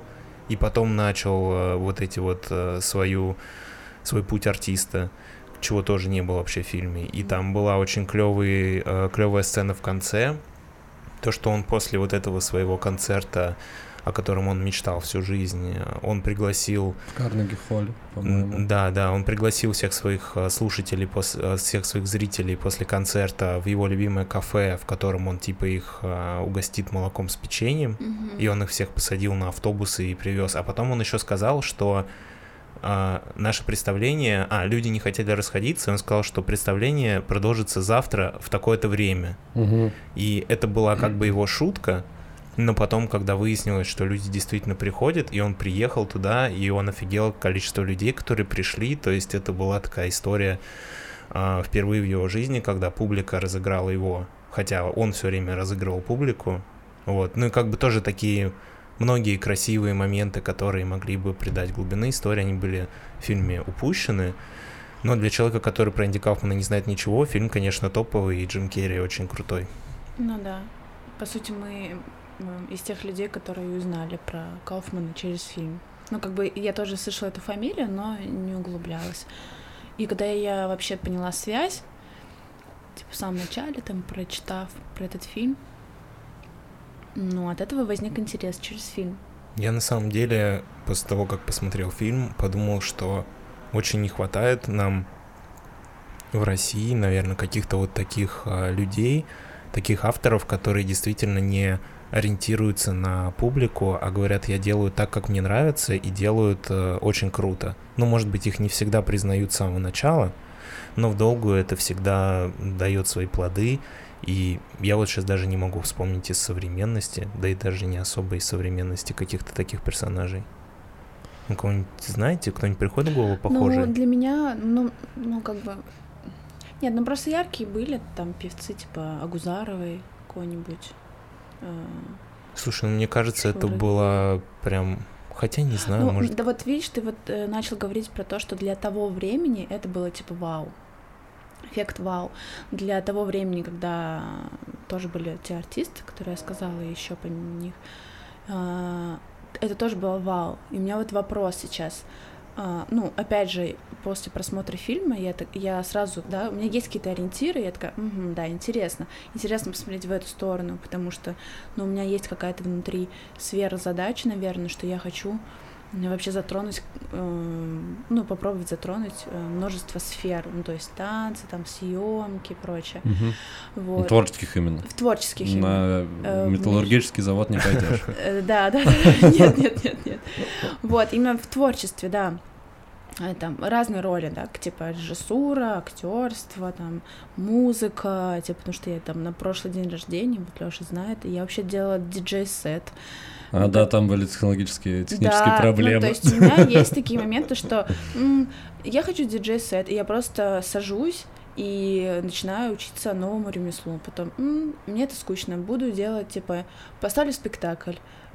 и потом начал вот эти вот свой путь артиста, чего тоже не было вообще в фильме. И там была очень клевая сцена в конце, то, что он после вот этого своего концерта, о котором он мечтал всю жизнь, он пригласил... В Карнеги-холле, по-моему. Да, он пригласил всех своих слушателей, всех своих зрителей после концерта в его любимое кафе, в котором он типа их угостит молоком с печеньем, и он их всех посадил на автобусы и привез. А потом он еще сказал, что наше представление... люди не хотели расходиться, и он сказал, что представление продолжится завтра в такое-то время. И это была как бы его шутка, но потом, когда выяснилось, что люди действительно приходят, и он приехал туда, и он офигел количество людей, которые пришли, то есть это была такая история впервые в его жизни, когда публика разыграла его, хотя он все время разыгрывал публику, вот, ну и как бы тоже такие многие красивые моменты, которые могли бы придать глубины истории, они были в фильме упущены, но для человека, который про Энди Кауфмана не знает ничего, фильм, конечно, топовый, и Джим Керри очень крутой. Ну да, по сути, мы из тех людей, которые узнали про Кауфмана через фильм. Ну, как бы я тоже слышала эту фамилию, но не углублялась. И когда я вообще поняла связь, типа в самом начале, там, прочитав про этот фильм, ну, от этого возник интерес через фильм. Я на самом деле, после того, как посмотрел фильм, подумал, что очень не хватает нам в России, наверное, каких-то вот таких людей, таких авторов, которые действительно не ориентируются на публику, а говорят, я делаю так, как мне нравится, и делают очень круто. Ну, может быть, их не всегда признают с самого начала, но в долгую это всегда дает свои плоды, и я вот сейчас даже не могу вспомнить из современности, да и даже не особо из современности каких-то таких персонажей. Ну, кого-нибудь знаете, кто-нибудь приходит в голову похожий? Ну, для меня, ну, как бы... Нет, ну просто яркие были там певцы, типа Агузаровой какой-нибудь. Слушай, ну мне кажется, это было прям... Хотя не знаю, ну, может... Да вот видишь, ты вот начал говорить про то, что для того времени это было типа вау. Эффект вау. Для того времени, когда тоже были те артисты, которые я сказала еще по них, это тоже было вау. И у меня вот вопрос сейчас. Ну, опять же, после просмотра фильма я сразу, да, у меня есть какие-то ориентиры, я такая, да, интересно посмотреть в эту сторону, потому что, ну, у меня есть какая-то внутри сфера задач, наверное, что я хочу вообще затронуть, ну, попробовать затронуть множество сфер, ну, то есть танцы, там, съемки и прочее. Вот. Ну, творческих именно. В творческих именно. На металлургический завод не пойдешь. Да, нет. Вот, именно в творчестве, да. Там разные роли, да, типа режиссура, актерство, там, музыка, типа, потому что я там на прошлый день рождения, вот Лёша знает, и я вообще делала диджей-сет. Да, там были технические проблемы. Ну, то есть у меня есть такие моменты, что я хочу диджей-сет, и я просто сажусь и начинаю учиться новому ремеслу. Потом, мне это скучно, буду делать, типа, поставила спектакль.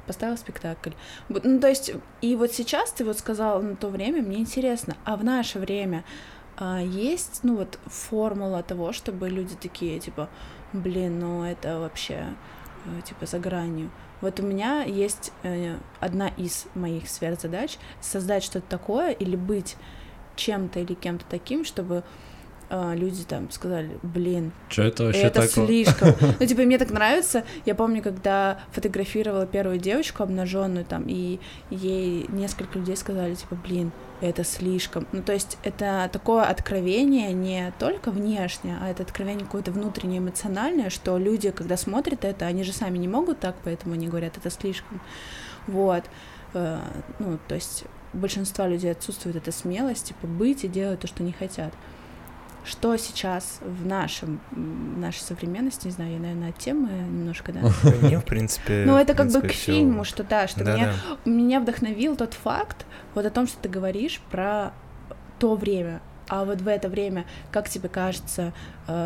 Ну, то есть, и вот сейчас ты вот сказал на то время, мне интересно, а в наше время есть, ну, вот формула того, чтобы люди такие, типа, блин, ну, это вообще, типа, за гранью. Вот у меня есть одна из моих сфер задач — создать что-то такое или быть чем-то или кем-то таким, чтобы люди там сказали, блин, что это вообще это такое? Слишком. Ну, типа, мне так нравится. Я помню, когда фотографировала первую девочку обнаженную там, и ей несколько людей сказали, типа, блин, это слишком. Ну, то есть это такое откровение не только внешнее, а это откровение какое-то внутреннее, эмоциональное, что люди, когда смотрят это, они же сами не могут так, поэтому они говорят, это слишком. Вот. Ну, то есть у большинства людей отсутствует эта смелость, типа, быть и делать то, что не хотят. Что сейчас в нашей современности, не знаю, я, наверное, от темы немножко, да? Не, в принципе... Ну, это как бы к фильму, что да, что да. Меня вдохновил тот факт, вот о том, что ты говоришь про то время. А вот в это время, как тебе кажется,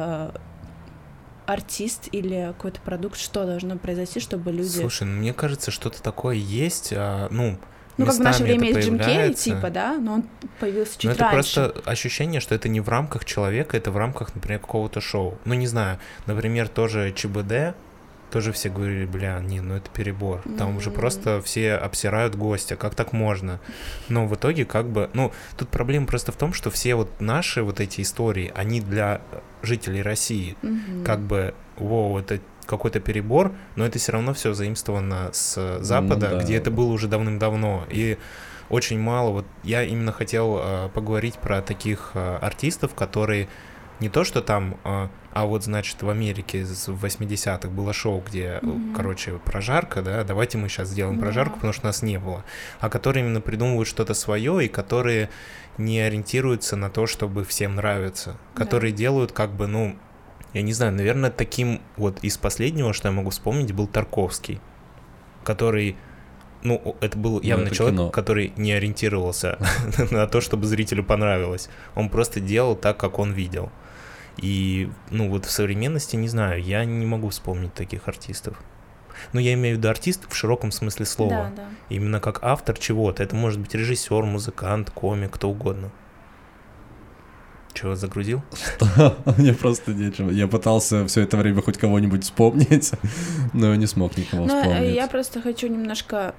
артист или какой-то продукт, что должно произойти, чтобы люди... Слушай, мне кажется, что-то такое есть, Ну, как в наше время есть Джим Керри, появляется. типа, да, но он появился чуть это раньше. Это просто ощущение, что это не в рамках человека, это в рамках, например, какого-то шоу. Ну, не знаю, например, тоже ЧБД, тоже все говорили, бля, не, ну это перебор. Там уже просто все обсирают гостя, как так можно? Но в итоге как бы, ну, тут проблема просто в том, что все вот наши вот эти истории, они для жителей России, как бы, воу, это какой-то перебор, но это все равно все заимствовано с Запада, где это было уже давным-давно. И очень мало, вот я именно хотел поговорить про таких артистов, которые не то, что там, а вот, значит, в Америке в 80-х было шоу, где, короче, прожарка, да, давайте мы сейчас сделаем прожарку, потому что нас не было, а которые именно придумывают что-то свое и которые не ориентируются на то, чтобы всем нравиться, которые делают как бы, ну, я не знаю, наверное, таким вот из последнего, что я могу вспомнить, был Тарковский, который, ну, это был явно человек, который не ориентировался на то, чтобы зрителю понравилось. Он просто делал так, как он видел. И, ну, вот в современности, не знаю, я не могу вспомнить таких артистов. Ну, я имею в виду артист в широком смысле слова. Да. Именно как автор чего-то. Это может быть режиссер, музыкант, комик, кто угодно. Чего, загрузил? Что? Мне просто нечего. Я пытался все это время хоть кого-нибудь вспомнить, но не смог никого вспомнить. Я просто хочу немножко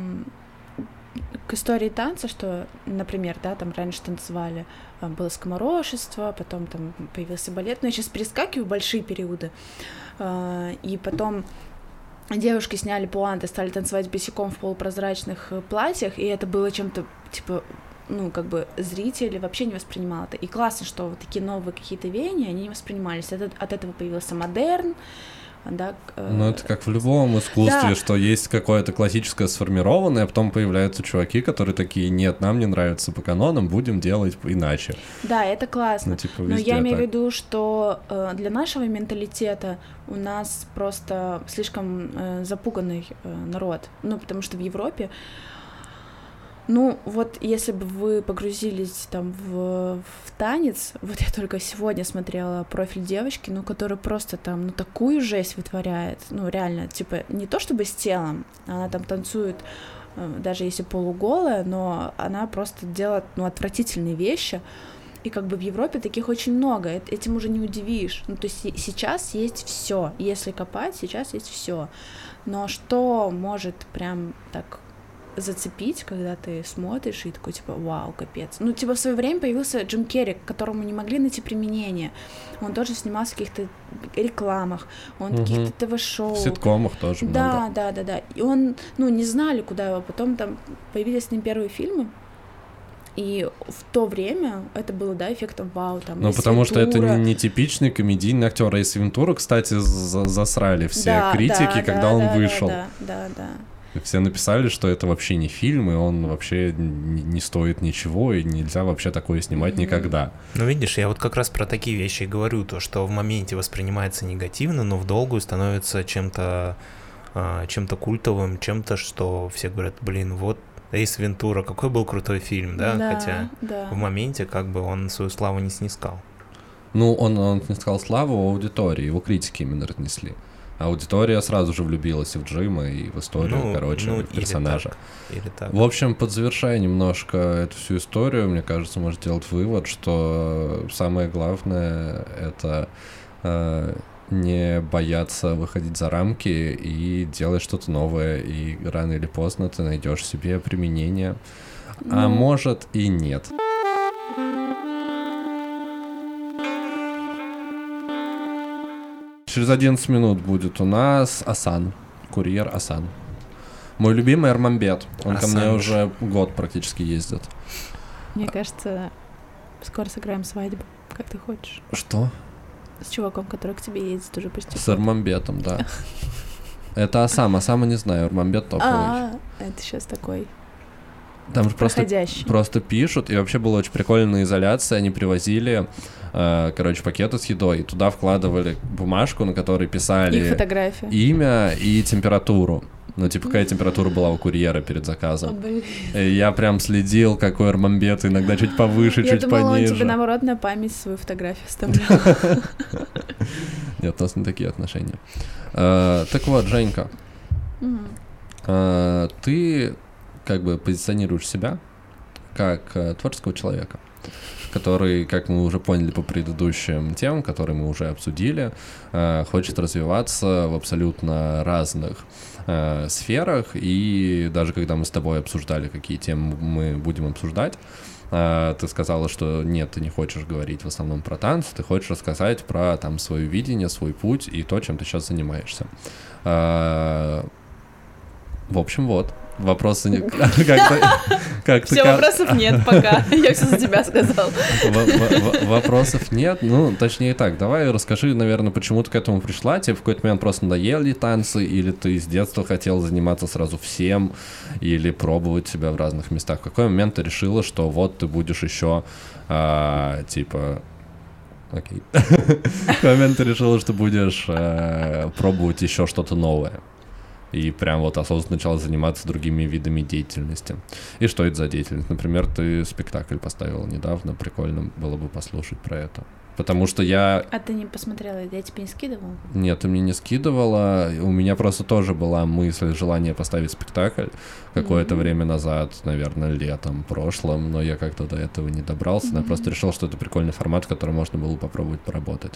к истории танца, что, например, да, там раньше танцевали, было скоморошество, потом там появился балет, но я сейчас перескакиваю большие периоды, и потом девушки сняли пуанты, стали танцевать босиком в полупрозрачных платьях, и это было чем-то, типа, ну, как бы зрители вообще не воспринимал это. И классно, что вот такие новые какие-то веяния, они не воспринимались. От этого появился модерн, да. Ну, это как в любом искусстве, да. Что есть какое-то классическое сформированное, а потом появляются чуваки, которые такие, нет, нам не нравится по канонам, будем делать иначе. Да, это классно. Ну, типа, но я имею в виду, что для нашего менталитета у нас просто слишком запуганный народ. Ну, потому что в Европе, ну, вот если бы вы погрузились там в танец, вот я только сегодня смотрела профиль девочки, ну, которая просто там, ну, такую жесть вытворяет, ну, реально, типа, не то чтобы с телом, она там танцует, даже если полуголая, но она просто делает, ну, отвратительные вещи, и как бы в Европе таких очень много, этим уже не удивишь, ну, то есть сейчас есть все, если копать, сейчас есть все, но что может прям так зацепить, когда ты смотришь и такой, типа, вау, капец. Ну, типа, в свое время появился Джим Керри, к которому не могли найти применение. Он тоже снимался в каких-то рекламах, он в каких-то ТВ-шоу. В ситкомах тоже много. Да. И он, ну, не знали, куда его. Потом там появились с ним первые фильмы, и в то время это было, да, эффектом вау, там. Ну, потому что это не типичный комедийный актер. Эйс Вентура, кстати, засрали все критики, когда он вышел. Да. Все написали, что это вообще не фильм, и он вообще не стоит ничего, и нельзя вообще такое снимать никогда. Ну, видишь, я вот как раз про такие вещи и говорю, то, что в моменте воспринимается негативно, но в долгую становится чем-то культовым, чем-то, что все говорят, блин, вот Эйс Вентура, какой был крутой фильм, да? Хотя в моменте как бы он свою славу не снискал. Ну, он снискал славу аудитории, его критики именно разнесли. Аудитория сразу же влюбилась и в Джима, и в историю, в персонажа. Или так. В общем, подзавершая немножко эту всю историю, мне кажется, можно сделать вывод, что самое главное — это не бояться выходить за рамки и делать что-то новое, и рано или поздно ты найдешь себе применение, а может и нет. Через 11 минут будет у нас Асан, курьер Асан. Мой любимый Армамбет. Он ко мне уже год практически ездит. Мне кажется, скоро сыграем свадьбу, как ты хочешь. Что? С чуваком, который к тебе ездит уже почти. С Армамбетом, да. Это Асама не знаю, Армамбет топовый. Это сейчас такой. Там же просто пишут, и вообще было очень прикольно на изоляции, они привозили, пакеты с едой, и туда вкладывали бумажку, на которой писали имя и температуру. Ну, типа, какая температура была у курьера перед заказом. И я прям следил, какой Армамбет, иногда чуть повыше, чуть пониже. Я думала, он тебе, наоборот, на память свою фотографию оставлял. Нет, у нас не такие отношения. Так вот, Женька, ты как бы позиционируешь себя как творческого человека. который, как мы уже поняли по предыдущим темам, которые мы уже обсудили, хочет развиваться в абсолютно разных сферах, и даже когда мы с тобой обсуждали, какие темы мы будем обсуждать, ты сказала, что нет, ты не хочешь говорить в основном про танцы, ты хочешь рассказать про там свое видение, свой путь и то, чем ты сейчас занимаешься. В общем, вот. Вопросы не... Все, вопросов нет пока. Я все за тебя сказал. Вопросов нет. Ну, точнее так, давай расскажи, наверное, почему ты к этому пришла. Тебе в какой-то момент просто надоели танцы, или ты с детства хотела заниматься сразу всем, или пробовать себя в разных местах. В какой момент ты решила, что вот ты будешь еще типа... Окей. В какой момент ты решила, что будешь пробовать еще что-то новое? И прям вот осознанно начала заниматься другими видами деятельности. И что это за деятельность? Например, ты спектакль поставила недавно, прикольно было бы послушать про это. Потому что я... А ты не посмотрела, я тебе не скидывала? Нет, ты мне не скидывала. У меня просто тоже была мысль, желание поставить спектакль какое-то время назад, наверное, летом прошлым, но я как-то до этого не добрался. Но я просто решил, что это прикольный формат, в котором можно было попробовать поработать.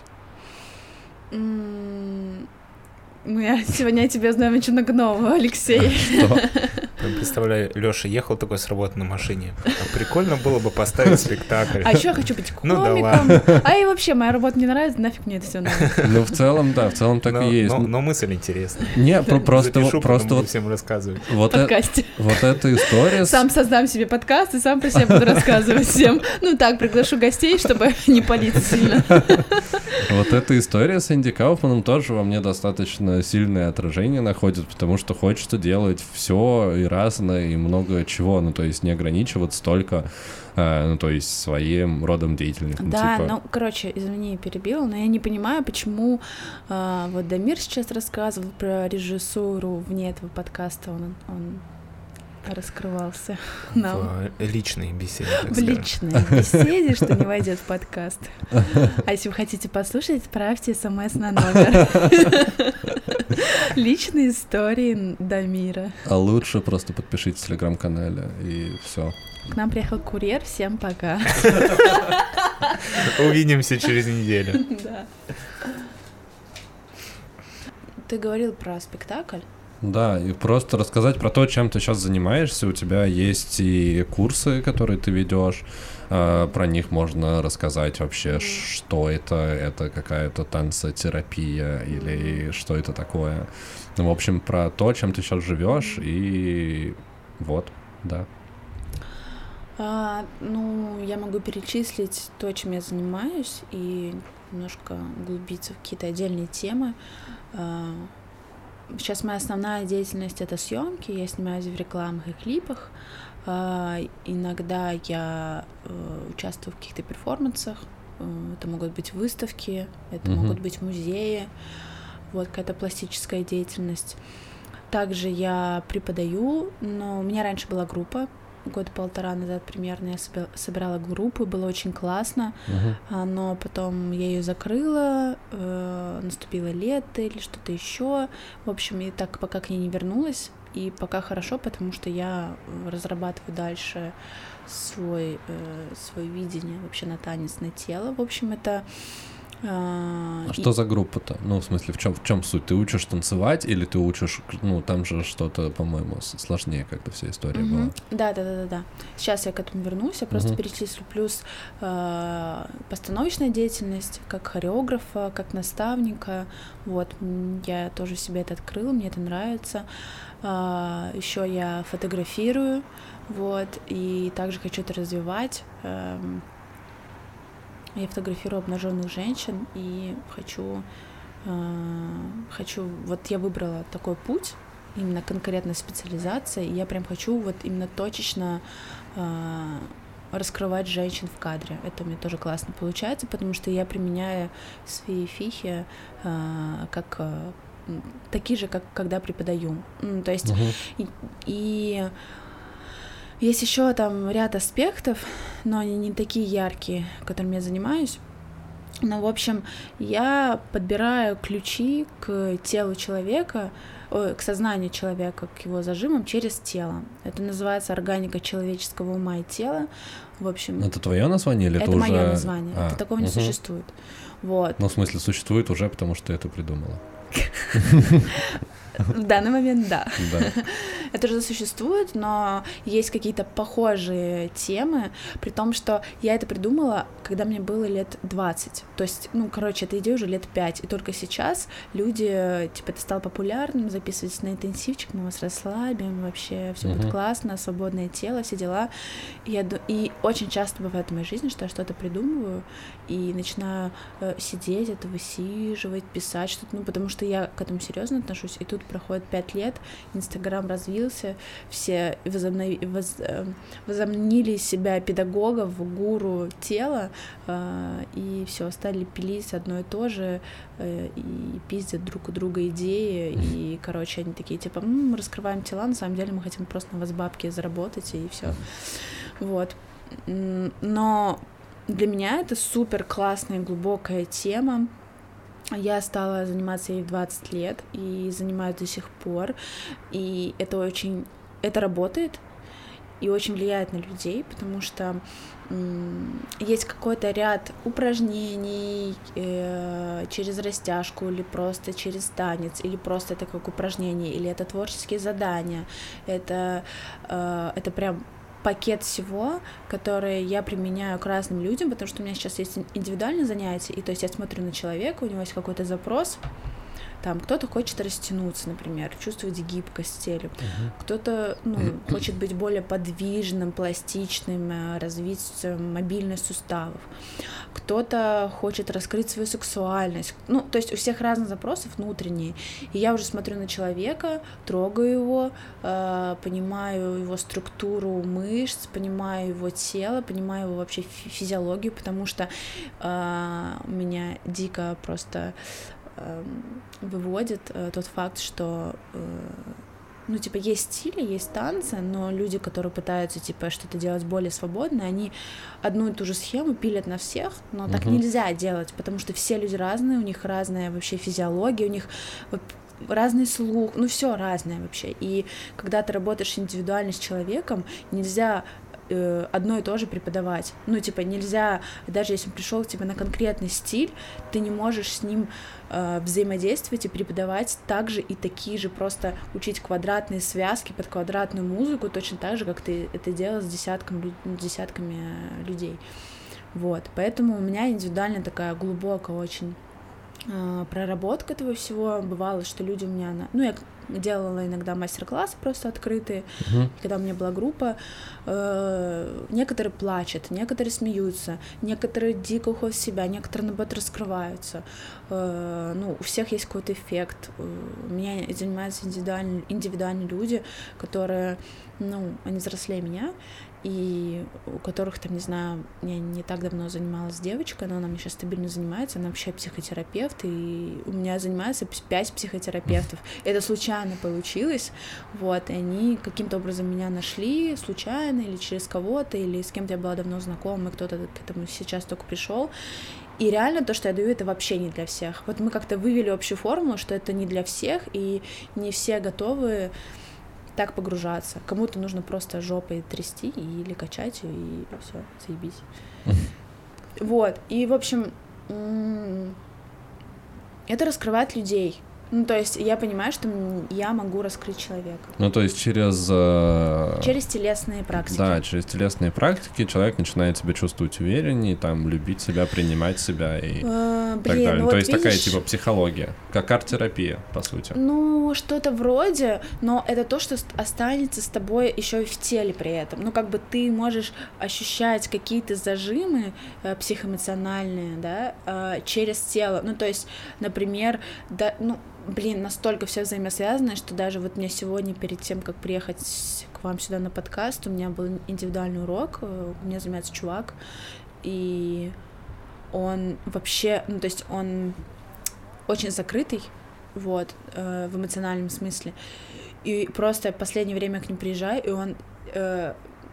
Ну, я сегодня о тебе знаю очень много нового, Алексей. Что? Представляю, Лёша ехал такой с работы на машине. А прикольно было бы поставить спектакль. А еще я хочу быть комиком. Ну да ладно. А и вообще, моя работа не нравится, нафиг мне это все нравится. Ну, в целом, да, в целом так и есть. Но мысль интересная. Не, просто буду вот всем рассказывать. вот В подкасте. вот эта история... Сам создам себе подкаст и сам про себя буду рассказывать всем. Ну так, приглашу гостей, чтобы не палиться сильно. Вот эта история с Энди Кауфманом тоже во мне достаточно сильное отражение находит, потому что хочется делать все и разное, и много чего, ну, то есть не ограничиваться только, ну, то есть своим родом деятельности. Да, типа... ну, короче, извини, перебила, но я не понимаю, почему вот Дамир сейчас рассказывал про режиссуру вне этого подкаста, он раскрывался нам. В личной беседе, так В скажем. личной беседе, что не войдет в подкаст. А если вы хотите послушать, отправьте смс на номер. Личные истории Дамира. А лучше просто подпишитесь в телеграм-канале, и все. К нам приехал курьер, всем пока. Увидимся через неделю. Да. Ты говорил про спектакль? Да, и просто рассказать про то, чем ты сейчас занимаешься. У тебя есть и курсы, которые ты ведешь. Про них можно рассказать вообще, что это какая-то танцотерапия или что это такое. Ну, в общем, про то, чем ты сейчас живешь, и вот, да. Ну, я могу перечислить то, чем я занимаюсь, и немножко углубиться в какие-то отдельные темы. Сейчас моя основная деятельность — это съемки. Я снимаюсь в рекламах и клипах. Иногда я участвую в каких-то перформансах. Это могут быть выставки, это могут быть музеи. Вот какая-то пластическая деятельность. Также я преподаю, но у меня раньше была группа. Года полтора назад примерно я собирала группу, было очень классно, но потом я ее закрыла, наступило лето или что-то еще. В общем, и так пока к ней не вернулась, и пока хорошо, потому что я разрабатываю дальше свое видение вообще на танец, на тело. В общем, это... Что за группа-то? Ну, в смысле, в чем суть? Ты учишь танцевать или ты учишь, ну, там же что-то, по-моему, сложнее как-то вся история была. Да. Сейчас я к этому вернусь, я просто перечислю. Плюс постановочная деятельность, как хореографа, как наставника. Вот, я тоже себе это открыла, мне это нравится. Еще я фотографирую, вот, и также хочу это развивать. Я фотографирую обнаженных женщин и хочу, вот я выбрала такой путь, именно конкретная специализация, и я прям хочу вот именно точечно раскрывать женщин в кадре. Это у меня тоже классно получается, потому что я применяю свои фихи как такие же, как когда преподаю. То есть и есть еще там ряд аспектов, но они не такие яркие, которыми я занимаюсь. Ну, в общем, я подбираю ключи к телу человека, к сознанию человека, к его зажимам через тело. Это называется органика человеческого ума и тела. В общем, это твое название или это уже... уже... мое название. Это такого не существует. Вот. Ну, в смысле, существует уже, потому что ты это придумала. В данный момент, да. Да. Это же существует, но есть какие-то похожие темы, при том, что я это придумала, когда мне было лет 20. То есть, ну, короче, эта идея уже лет 5. И только сейчас люди, типа, это стало популярным, записывайтесь на интенсивчик, мы вас расслабим, вообще все будет классно, свободное тело, все дела. И очень часто бывает в моей жизни, что я что-то придумываю и начинаю сидеть, это высиживать, писать что-то, ну, потому что я к этому серьезно отношусь, и тут проходит 5 лет, Инстаграм развился, все возомнили себя педагогов, гуру тела, и все, стали пилить одно и то же, и пиздят друг у друга идеи, и, короче, они такие, типа, мы раскрываем тела, на самом деле мы хотим просто на вас бабки заработать, и все. Вот. Но для меня это супер классная, глубокая тема. Я стала заниматься ей в 20 лет и занимаюсь до сих пор, и это работает и очень влияет на людей, потому что есть какой-то ряд упражнений через растяжку или просто через танец, или просто это как упражнение, или это творческие задания, это прям пакет всего, который я применяю к разным людям, потому что у меня сейчас есть индивидуальные занятия, и то есть я смотрю на человека, у него есть какой-то запрос, там кто-то хочет растянуться, например, чувствовать гибкость тела, кто-то хочет быть более подвижным, пластичным, развить мобильность суставов, кто-то хочет раскрыть свою сексуальность, ну, то есть у всех разных запросов внутренние, и я уже смотрю на человека, трогаю его, понимаю его структуру мышц, понимаю его тело, понимаю его вообще физиологию, потому что меня дико просто выводит тот факт, что ну, типа, есть стили, есть танцы, но люди, которые пытаются, типа, что-то делать более свободно, они одну и ту же схему пилят на всех, но так нельзя делать, потому что все люди разные, у них разная вообще физиология, у них разный слух, ну, все разное вообще, и когда ты работаешь индивидуально с человеком, нельзя одно и то же преподавать. Ну, типа, нельзя, даже если он пришел к тебе на конкретный стиль, ты не можешь с ним взаимодействовать и преподавать так же и такие же, просто учить квадратные связки под квадратную музыку, точно так же, как ты это делал с десятками людей. Вот, поэтому у меня индивидуально такая глубокая очень проработка этого всего. Бывало, что люди у меня... Ну, я делала иногда мастер-классы просто открытые, когда у меня была группа. Некоторые плачут, некоторые смеются, некоторые дико уходят в себя, некоторые, наоборот, раскрываются. Ну, у всех есть какой-то эффект. У меня занимаются индивидуальные люди, которые, ну, они взрослее меня, и у которых, там, не знаю, я не так давно занималась с девочкой, но она мне сейчас стабильно занимается, она вообще психотерапевт, и у меня занимается 5 психотерапевтов. Это случайно получилось, вот, и они каким-то образом меня нашли, случайно, или через кого-то, или с кем-то я была давно знакома, и кто-то к этому сейчас только пришел. И реально то, что я даю, это вообще не для всех. Вот мы как-то вывели общую формулу, что это не для всех, и не все готовы так погружаться. Кому-то нужно просто жопой трясти или качать ее, и все, заебись. Вот, и, в общем, это раскрывает людей. Ну, то есть я понимаю, что я могу раскрыть человека. Ну, то есть через телесные практики. Да, через телесные практики человек начинает себя чувствовать увереннее, там, любить себя, принимать себя и так далее. Ну, то вот есть видишь, такая типа психология, как арт-терапия, по сути. Ну, что-то вроде, но это то, что останется с тобой еще и в теле при этом. Ну, как бы ты можешь ощущать какие-то зажимы психоэмоциональные, да, через тело. Ну, то есть, например, да, ну, настолько все взаимосвязано, что даже вот мне сегодня, перед тем, как приехать к вам сюда на подкаст, у меня был индивидуальный урок, у меня занимается чувак, и он вообще, ну, то есть он очень закрытый, вот, в эмоциональном смысле, и просто в последнее время к ним приезжаю, и он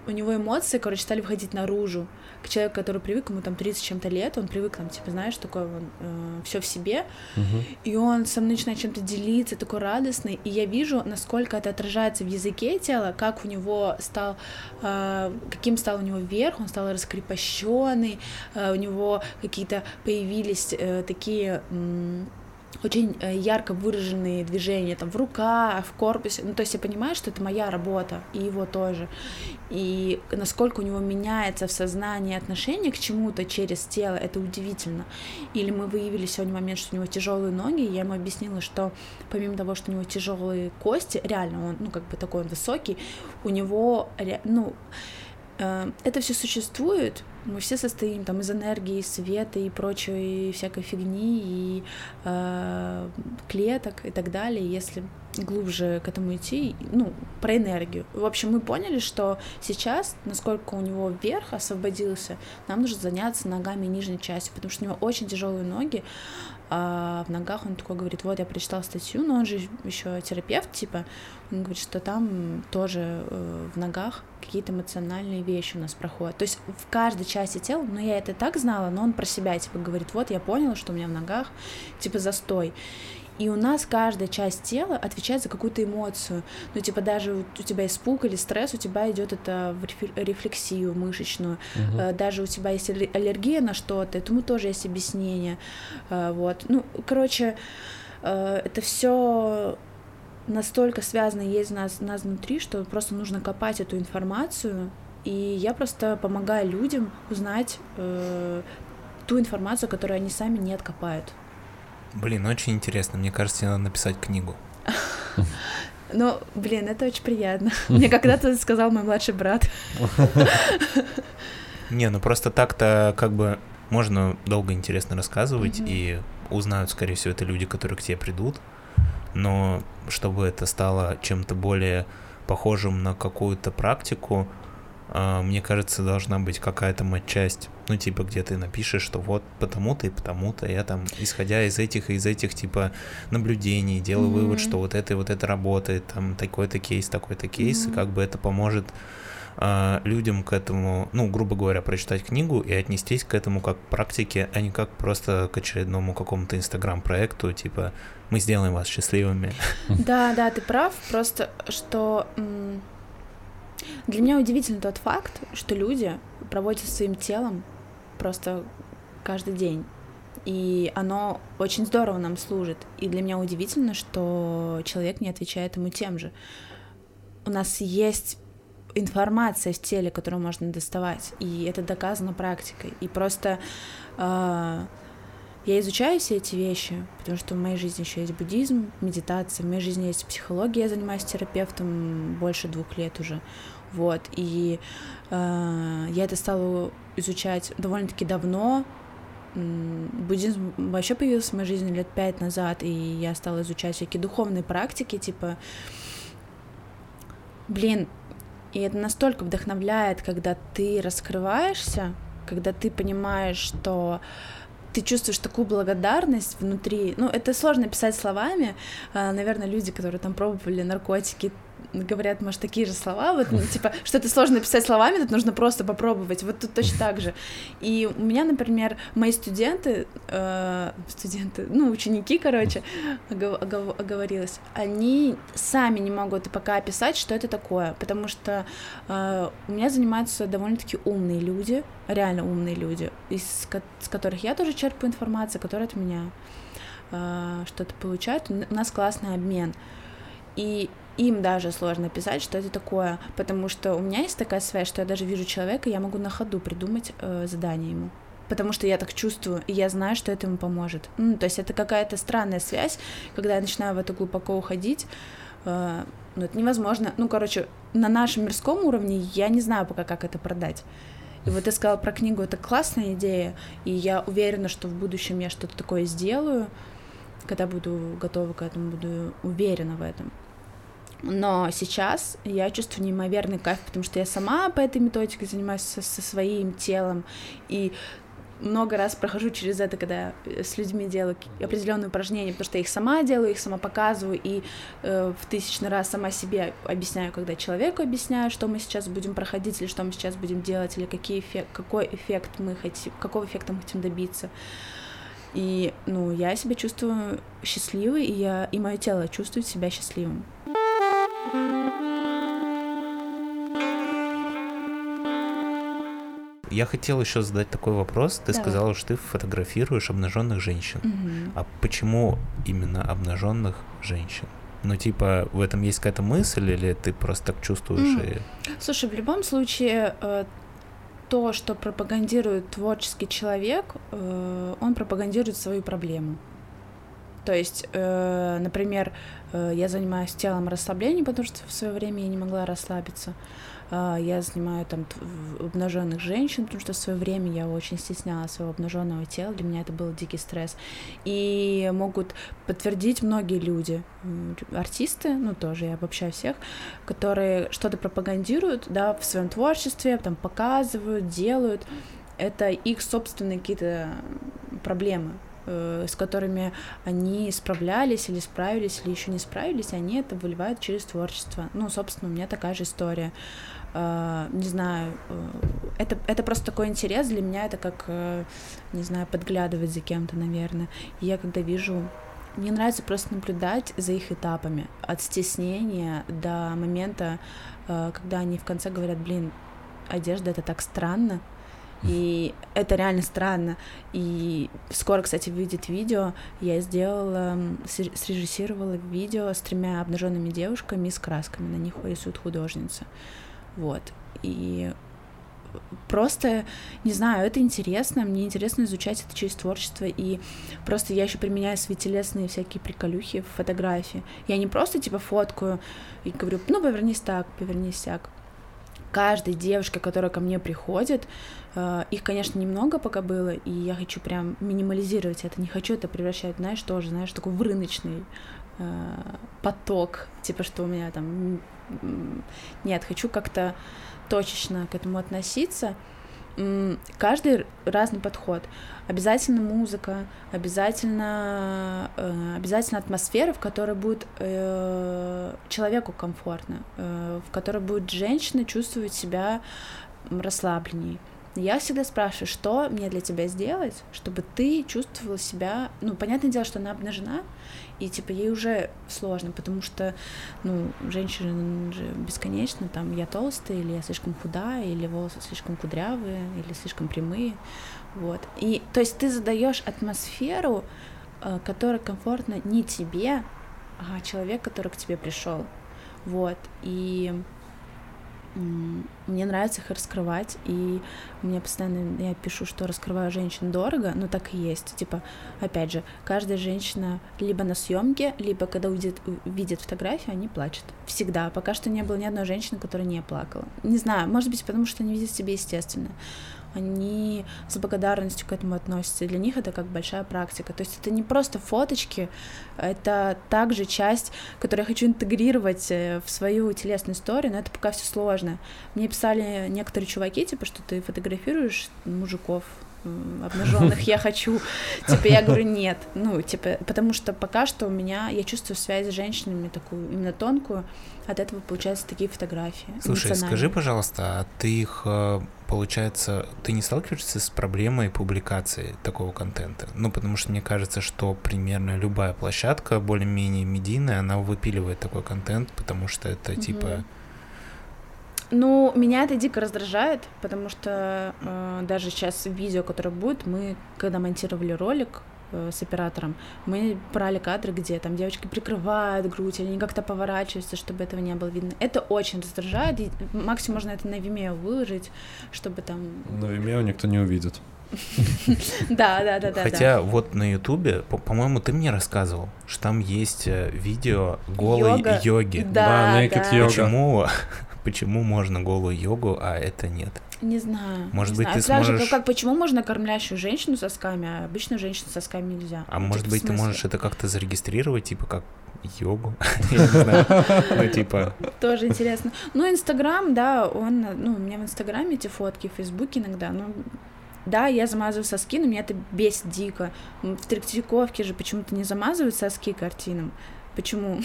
у него эмоции, короче, стали выходить наружу. К человеку, который привык, ему там 30 с чем-то лет, он привык, там, типа, знаешь, такой он все в себе, и он со мной начинает чем-то делиться, такой радостный, и я вижу, насколько это отражается в языке тела, как у него стал, каким стал у него верх, он стал раскрепощенный, у него какие-то появились такие... очень ярко выраженные движения там в руках, в корпусе, ну, то есть я понимаю, что это моя работа, и его тоже, и насколько у него меняется в сознании отношение к чему-то через тело, это удивительно. Или мы выявили сегодня момент, что у него тяжелые ноги, и я ему объяснила, что помимо того, что у него тяжелые кости, реально он, ну, как бы такой он высокий, у него, ну, это все существует, мы все состоим там из энергии, света и прочей всякой фигни, и клеток и так далее, если глубже к этому идти, ну, про энергию. В общем, мы поняли, что сейчас, насколько у него верх освободился, нам нужно заняться ногами и нижней частью, потому что у него очень тяжелые ноги, а в ногах он такой говорит, вот я прочитал статью, но он же еще терапевт, типа, он говорит, что там тоже в ногах какие-то эмоциональные вещи у нас проходят. То есть в каждой части тела, ну я это и так знала, но он про себя, типа, говорит, вот я поняла, что у меня в ногах, типа, застой. И у нас каждая часть тела отвечает за какую-то эмоцию. Ну, типа, даже у тебя испуг или стресс, у тебя идет это в рефлексию мышечную. Даже у тебя есть аллергия на что-то, этому тоже есть объяснение. Вот. Ну, короче, это все настолько связано есть в нас внутри, что просто нужно копать эту информацию. И я просто помогаю людям узнать ту информацию, которую они сами не откопают. Блин, очень интересно. Мне кажется, тебе надо написать книгу. Ну, блин, это очень приятно. Мне когда-то сказал мой младший брат. Не, ну просто так-то как бы можно долго интересно рассказывать, и узнают, скорее всего, это люди, которые к тебе придут, но чтобы это стало чем-то более похожим на какую-то практику, мне кажется, должна быть какая-то матчасть, ну, типа, где ты напишешь, что вот потому-то и потому-то я там, исходя из этих типа, наблюдений, делаю вывод, что вот это работает, там, такой-то кейс, и как бы это поможет людям к этому, ну, грубо говоря, прочитать книгу и отнестись к этому как к практике, а не как просто к очередному какому-то инстаграм-проекту, типа, мы сделаем вас счастливыми. Да, ты прав, просто что... Для меня удивительно тот факт, что люди проводят со своим телом просто каждый день, и оно очень здорово нам служит, и для меня удивительно, что человек не отвечает ему тем же. У нас есть информация в теле, которую можно доставать, и это доказано практикой, и просто я изучаю все эти вещи, потому что в моей жизни еще есть буддизм, медитация, в моей жизни есть психология, я занимаюсь терапевтом больше 2 лет уже, вот, и я это стала изучать довольно-таки давно. Буддизм вообще появился в моей жизни лет 5 назад, и я стала изучать всякие духовные практики, типа, блин, и это настолько вдохновляет, когда ты раскрываешься, когда ты понимаешь, что ты чувствуешь такую благодарность внутри. Ну, это сложно писать словами. Наверное, люди, которые там пробовали наркотики, говорят, может, такие же слова. Вот, ну, типа, что-то сложно писать словами, тут нужно просто попробовать. Вот тут точно так же. И у меня, например, мои студенты, ну, ученики, короче, оговорилась, они сами не могут пока описать, что это такое, потому что у меня занимаются довольно-таки умные люди, реально умные люди, с которых я тоже черпаю информацию, которые от меня что-то получают. У нас классный обмен. И им даже сложно писать, что это такое, потому что у меня есть такая связь, что я даже вижу человека, я могу на ходу придумать задание ему, потому что я так чувствую, и я знаю, что это ему поможет. То есть это какая-то странная связь, когда я начинаю в это глубоко уходить, это невозможно. Ну, короче, на нашем мирском уровне я не знаю пока, как это продать. И вот ты сказала про книгу, это классная идея, и я уверена, что в будущем я что-то такое сделаю, когда буду готова к этому, буду уверена в этом. Но сейчас я чувствую неимоверный кайф, потому что я сама по этой методике занимаюсь со своим телом, и много раз прохожу через это, когда с людьми делаю определенные упражнения, потому что я их сама делаю, их сама показываю, и в 1000-й раз сама себе объясняю, когда человеку объясняю, что мы сейчас будем проходить, или что мы сейчас будем делать, или какой эффект мы хотим, какого эффекта мы хотим добиться. И, я себя чувствую счастливой, и мое тело чувствует себя счастливым. Я хотел еще задать такой вопрос. Ты сказала, что ты фотографируешь обнаженных женщин. А почему именно обнаженных женщин? В этом есть какая-то мысль, или ты просто так чувствуешь? Слушай, в любом случае, то, что пропагандирует творческий человек, он пропагандирует свою проблему. То есть, например, я занимаюсь телом расслабления, потому что в свое время я не могла расслабиться. Я занимаю там обнаженных женщин, потому что в свое время я очень стеснялась своего обнаженного тела, для меня это был дикий стресс. И могут подтвердить многие люди, артисты, тоже я обобщаю всех, которые что-то пропагандируют, в своем творчестве, там показывают, делают. Это их собственные какие-то проблемы, с которыми они справлялись или справились, или еще не справились, и они это выливают через творчество. Собственно, у меня такая же история. Не знаю, это просто такой интерес для меня, это как, не знаю, подглядывать за кем-то, наверное. И я когда вижу, мне нравится просто наблюдать за их этапами, от стеснения до момента, когда они в конце говорят, одежда — это так странно, и это реально странно. И скоро, кстати, выйдет видео. Я срежиссировала видео с 3 обнаженными девушками и с красками. На них рисует художница. И просто, не знаю, это интересно. Мне интересно изучать это через творчество. И просто я еще применяю свои телесные всякие приколюхи в фотографии. Я не просто фоткаю и говорю, повернись так, повернись сяк. Каждой девушке, которая ко мне приходит, их, конечно, немного пока было, и я хочу прям минимализировать это, не хочу это превращать, такой в рыночный поток, что у меня там... Нет, хочу как-то точечно к этому относиться. Каждый разный подход. Обязательно музыка, обязательно атмосфера, в которой будет человеку комфортно, в которой будет женщина чувствовать себя расслабленней. Я всегда спрашиваю, что мне для тебя сделать, чтобы ты чувствовала себя... понятное дело, что она обнажена, и, ей уже сложно, потому что, женщина же бесконечно, я толстая, или я слишком худая, или волосы слишком кудрявые, или слишком прямые, И, то есть ты задаешь атмосферу, которая комфортна не тебе, а человеку, который к тебе пришел, и... Мне нравится их раскрывать, и у меня постоянно, я пишу, что раскрываю женщин дорого, но так и есть. Опять же, каждая женщина либо на съемке, либо когда видит фотографию, они плачут. Всегда. Пока что не было ни одной женщины, которая не плакала. Не знаю, может быть, потому что они видят себя естественно. Они с благодарностью к этому относятся, и для них это как большая практика. То есть это не просто фоточки, это также часть, которую я хочу интегрировать в свою телесную историю, но это пока все сложно. Мне писали некоторые чуваки, что ты фотографируешь мужиков обнаженных, я хочу, я говорю, нет, потому что пока что я чувствую связь с женщинами такую, именно тонкую, от этого получаются такие фотографии. Слушай, скажи, пожалуйста, а ты их, получается, ты не сталкиваешься с проблемой публикации такого контента? Потому что мне кажется, что примерно любая площадка, более-менее медийная, она выпиливает такой контент, потому что это меня это дико раздражает, потому что даже сейчас видео, которое будет, мы, когда монтировали ролик с оператором, мы брали кадры, где там девочки прикрывают грудь, или они как-то поворачиваются, чтобы этого не было видно. Это очень раздражает, и максимум можно это на Vimeo выложить, чтобы там... На Vimeo никто не увидит. Да. Хотя на Ютубе, по-моему, ты мне рассказывал, что там есть видео голой йоги. Да, naked yoga. Почему можно голую йогу, а это нет? Не знаю. Может быть, ты сможешь... почему можно кормлящую женщину сосками, а обычную женщину сосками нельзя? А может быть, ты можешь это как-то зарегистрировать, как йогу? Я не знаю. Тоже интересно. Инстаграм, да, у меня в Инстаграме эти фотки, в Фейсбуке иногда, да, я замазываю соски, но меня это бесит дико. В Третьяковке же почему-то не замазывают соски картинам. Почему?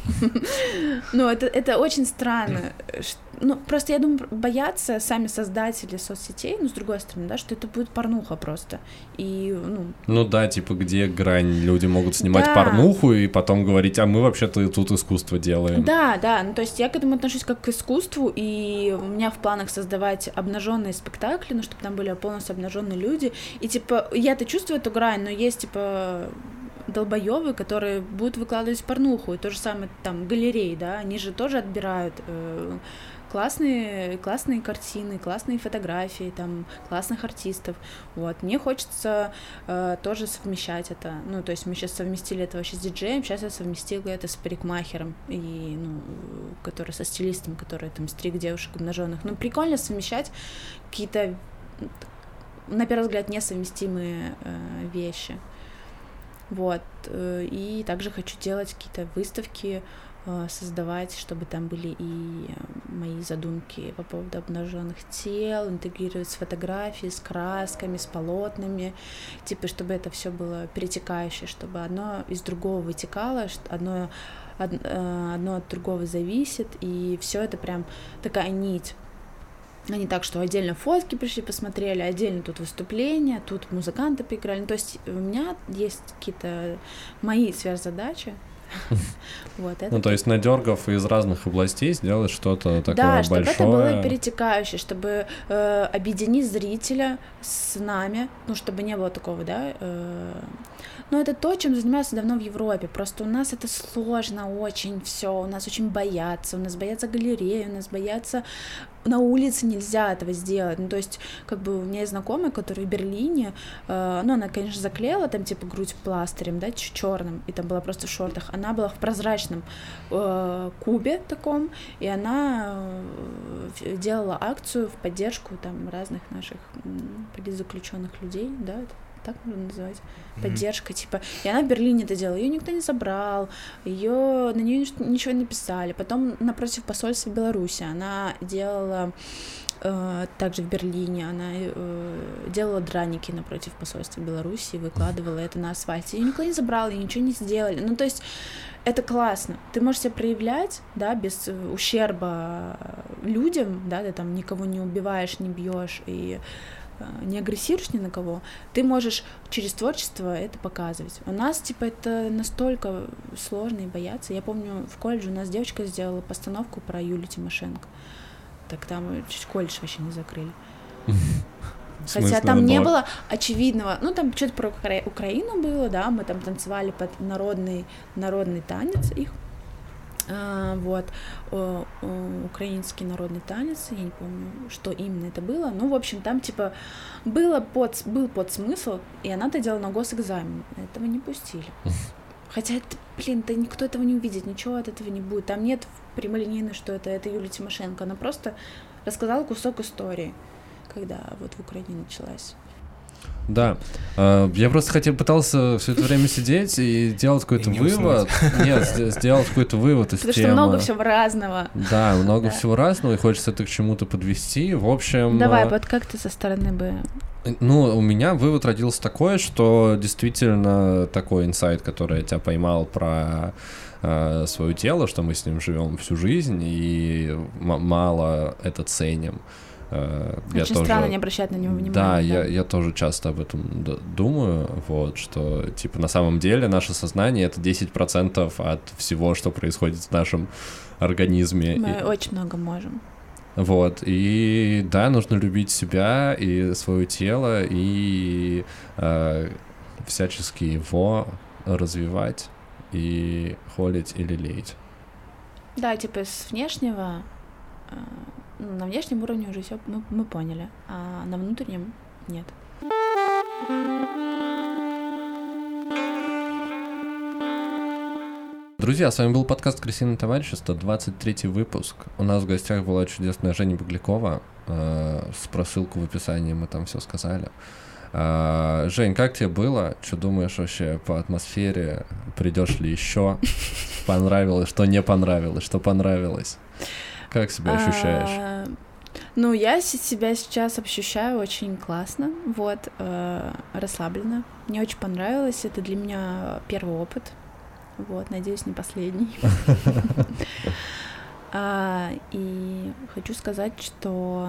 Ну, это очень странно. Ну, просто, я думаю, боятся сами создатели соцсетей, ну, с другой стороны, да, что это будет порнуха просто. И, Ну да, типа, где грань? Люди могут снимать порнуху и потом говорить, а мы вообще-то тут искусство делаем. Да, ну, то есть я к этому отношусь как к искусству, и у меня в планах создавать обнаженные спектакли, ну, чтобы там были полностью обнаженные люди. И, типа, я-то чувствую эту грань, но есть, типа, долбоёбы, которые будут выкладывать порнуху, и то же самое там галереи, да, они же тоже отбирают классные картины, классные фотографии, там, классных артистов, вот, мне хочется тоже совмещать это, ну, то есть мы сейчас совместили это вообще с диджеем, сейчас я совместила это с парикмахером, и, ну, который со стилистом, который там стриг девушек обнаженных, ну, прикольно совмещать какие-то, на первый взгляд, несовместимые вещи. Вот, и также хочу делать какие-то выставки, создавать, чтобы там были и мои задумки по поводу обнаженных тел, интегрировать с фотографией, с красками, с полотнами, типа, чтобы это все было перетекающее, чтобы одно из другого вытекало, одно от другого зависит, и все это прям такая нить. А не так, что отдельно фотки пришли, посмотрели, отдельно тут выступления, тут музыканты поиграли. Ну, то есть у меня есть какие-то мои сверхзадачи. Вот, ну, то есть надергав из разных областей сделать что-то такое большое. Да, чтобы это было перетекающее, чтобы объединить зрителя с нами, ну, чтобы не было такого, да. Но это то, чем занимаются давно в Европе. Просто у нас это сложно очень все, у нас очень боятся, у нас боятся галереи, у нас боятся... На улице нельзя этого сделать, ну, то есть, как бы, у меня есть знакомая, которая в Берлине, ну, она, конечно, заклеила там, типа, грудь пластырем, да, черным, и там была просто в шортах, она была в прозрачном кубе таком, и она делала акцию в поддержку, там, разных наших политзаключенных людей, да, так можно называть, поддержка, типа, и она в Берлине это делала, ее никто не забрал, на нее ничего не написали, потом напротив посольства Беларуси она делала, также в Берлине, она делала драники напротив посольства Беларуси, выкладывала это на асфальте, ее никто не забрал, и ничего не сделали, ну, то есть, это классно, ты можешь себя проявлять, да, без ущерба людям, да, ты там никого не убиваешь, не бьешь, и не агрессируешь ни на кого, ты можешь через творчество это показывать. У нас, типа, это настолько сложно и бояться. Я помню, в колледже у нас девочка сделала постановку про Юлию Тимошенко. Так там чуть колледж вообще не закрыли. Хотя там не было очевидного, ну, там что-то про Украину было, да, мы там танцевали под народный танец их. Вот, украинский народный танец, я не помню, что именно это было, ну, в общем, там, типа, был подсмысл, и она-то делала на госэкзамен, этого не пустили. Хотя, никто этого не увидит, ничего от этого не будет, там нет прямолинейно, что это Юлия Тимошенко, она просто рассказала кусок истории, когда вот в Украине началась. Да, я просто пытался все это время сидеть и делать какой-то вывод. Нет, сделать какой-то вывод из темы. Потому что много всего разного. Да, много всего разного, и хочется это к чему-то подвести. В общем... Давай, вот как ты со стороны бы... Ну, у меня вывод родился такой, что действительно такой инсайт, который я тебя поймал про свое тело, что мы с ним живем всю жизнь и мало это ценим. Очень странно не обращать на него внимания. Да, я тоже часто об этом думаю, вот, что, типа, на самом деле наше сознание — это 10% от всего, что происходит в нашем организме. Мы очень много можем. Вот, и да, нужно любить себя и свое тело, и всячески его развивать и холить и лелеять. Да, типа, с внешнего... на внешнем уровне уже все мы поняли, а на внутреннем нет. Друзья, с вами был подкаст «Крысиное товарищество», 23-й выпуск. У нас в гостях была чудесная Женя Баглякова. Про ссылку в описании мы там все сказали. Жень, как тебе было? Что думаешь вообще по атмосфере? Придешь ли еще? Понравилось, что не понравилось, что понравилось? Как себя ощущаешь? Ну, я себя сейчас ощущаю очень классно, вот, расслабленно. Мне очень понравилось, это для меня первый опыт, вот, надеюсь, не последний. И хочу сказать, что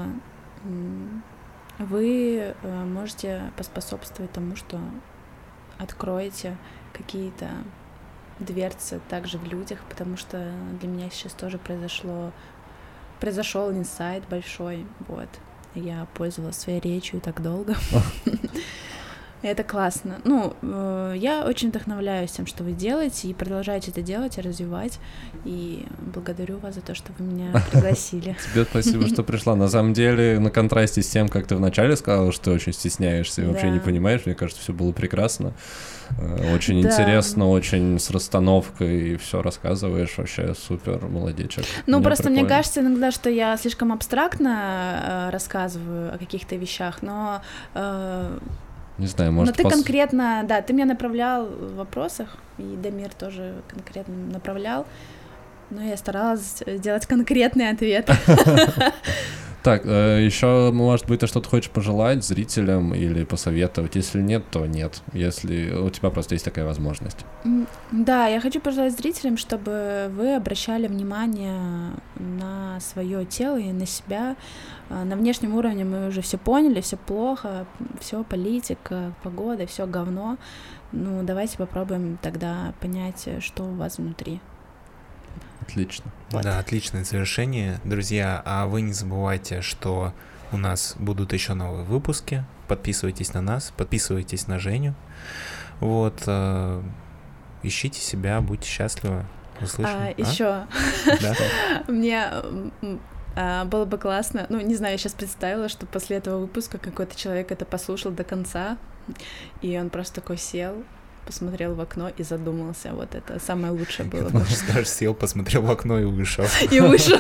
вы можете поспособствовать тому, что откроете какие-то дверцы также в людях, потому что для меня сейчас тоже произошел инсайт большой, вот. Я пользовалась своей речью так долго. Это классно. Ну, я очень вдохновляюсь тем, что вы делаете, и продолжаете это делать и развивать. И благодарю вас за то, что вы меня пригласили. Тебе спасибо, что пришла. На самом деле, на контрасте с тем, как ты вначале сказала, что ты очень стесняешься и вообще не понимаешь, мне кажется, все было прекрасно. Очень интересно, очень с расстановкой, и все рассказываешь, вообще супер, молодечек. Ну, просто мне кажется иногда, что я слишком абстрактно рассказываю о каких-то вещах, но... Не знаю, может... Но ты конкретно, да, ты меня направлял в вопросах, и Дамир тоже конкретно направлял, но я старалась сделать конкретный ответ. Так, еще, может быть, ты что-то хочешь пожелать зрителям или посоветовать? Если нет, то нет, если у тебя просто есть такая возможность. Да, я хочу пожелать зрителям, чтобы вы обращали внимание на свое тело и на себя. На внешнем уровне мы уже все поняли, все плохо, все политика, погода, все говно. Ну, давайте попробуем тогда понять, что у вас внутри. Отлично. Вот. Да, отличное завершение. Друзья, а вы не забывайте, что у нас будут еще новые выпуски. Подписывайтесь на нас, подписывайтесь на Женю. Вот. Ищите себя, будьте счастливы. Услышим. Еще. Мне было бы классно. Ну, не знаю, я сейчас представила, что после этого выпуска какой-то человек это послушал до конца, и он просто такой сел, посмотрел в окно и задумался. Вот это самое лучшее было бы. Скажешь, сел, посмотрел в окно и вышел. И вышел.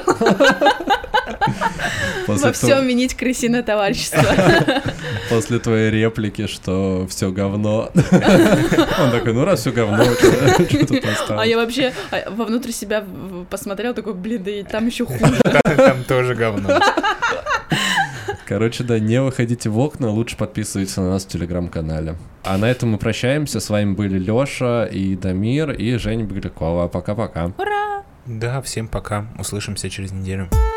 Во всем винить крысиное товарищество. После твоей реплики, что все говно. Он такой, ну раз все говно, что тут осталось? А я вообще вовнутрь себя посмотрел, такой, блин, да и там еще хуже. Там тоже говно. Короче, да, не выходите в окна, лучше подписывайтесь на нас в Телеграм-канале. А на этом мы прощаемся. С вами были Лёша и Дамир, и Женя Беглякова. Пока-пока. Ура! Да, всем пока. Услышимся через неделю.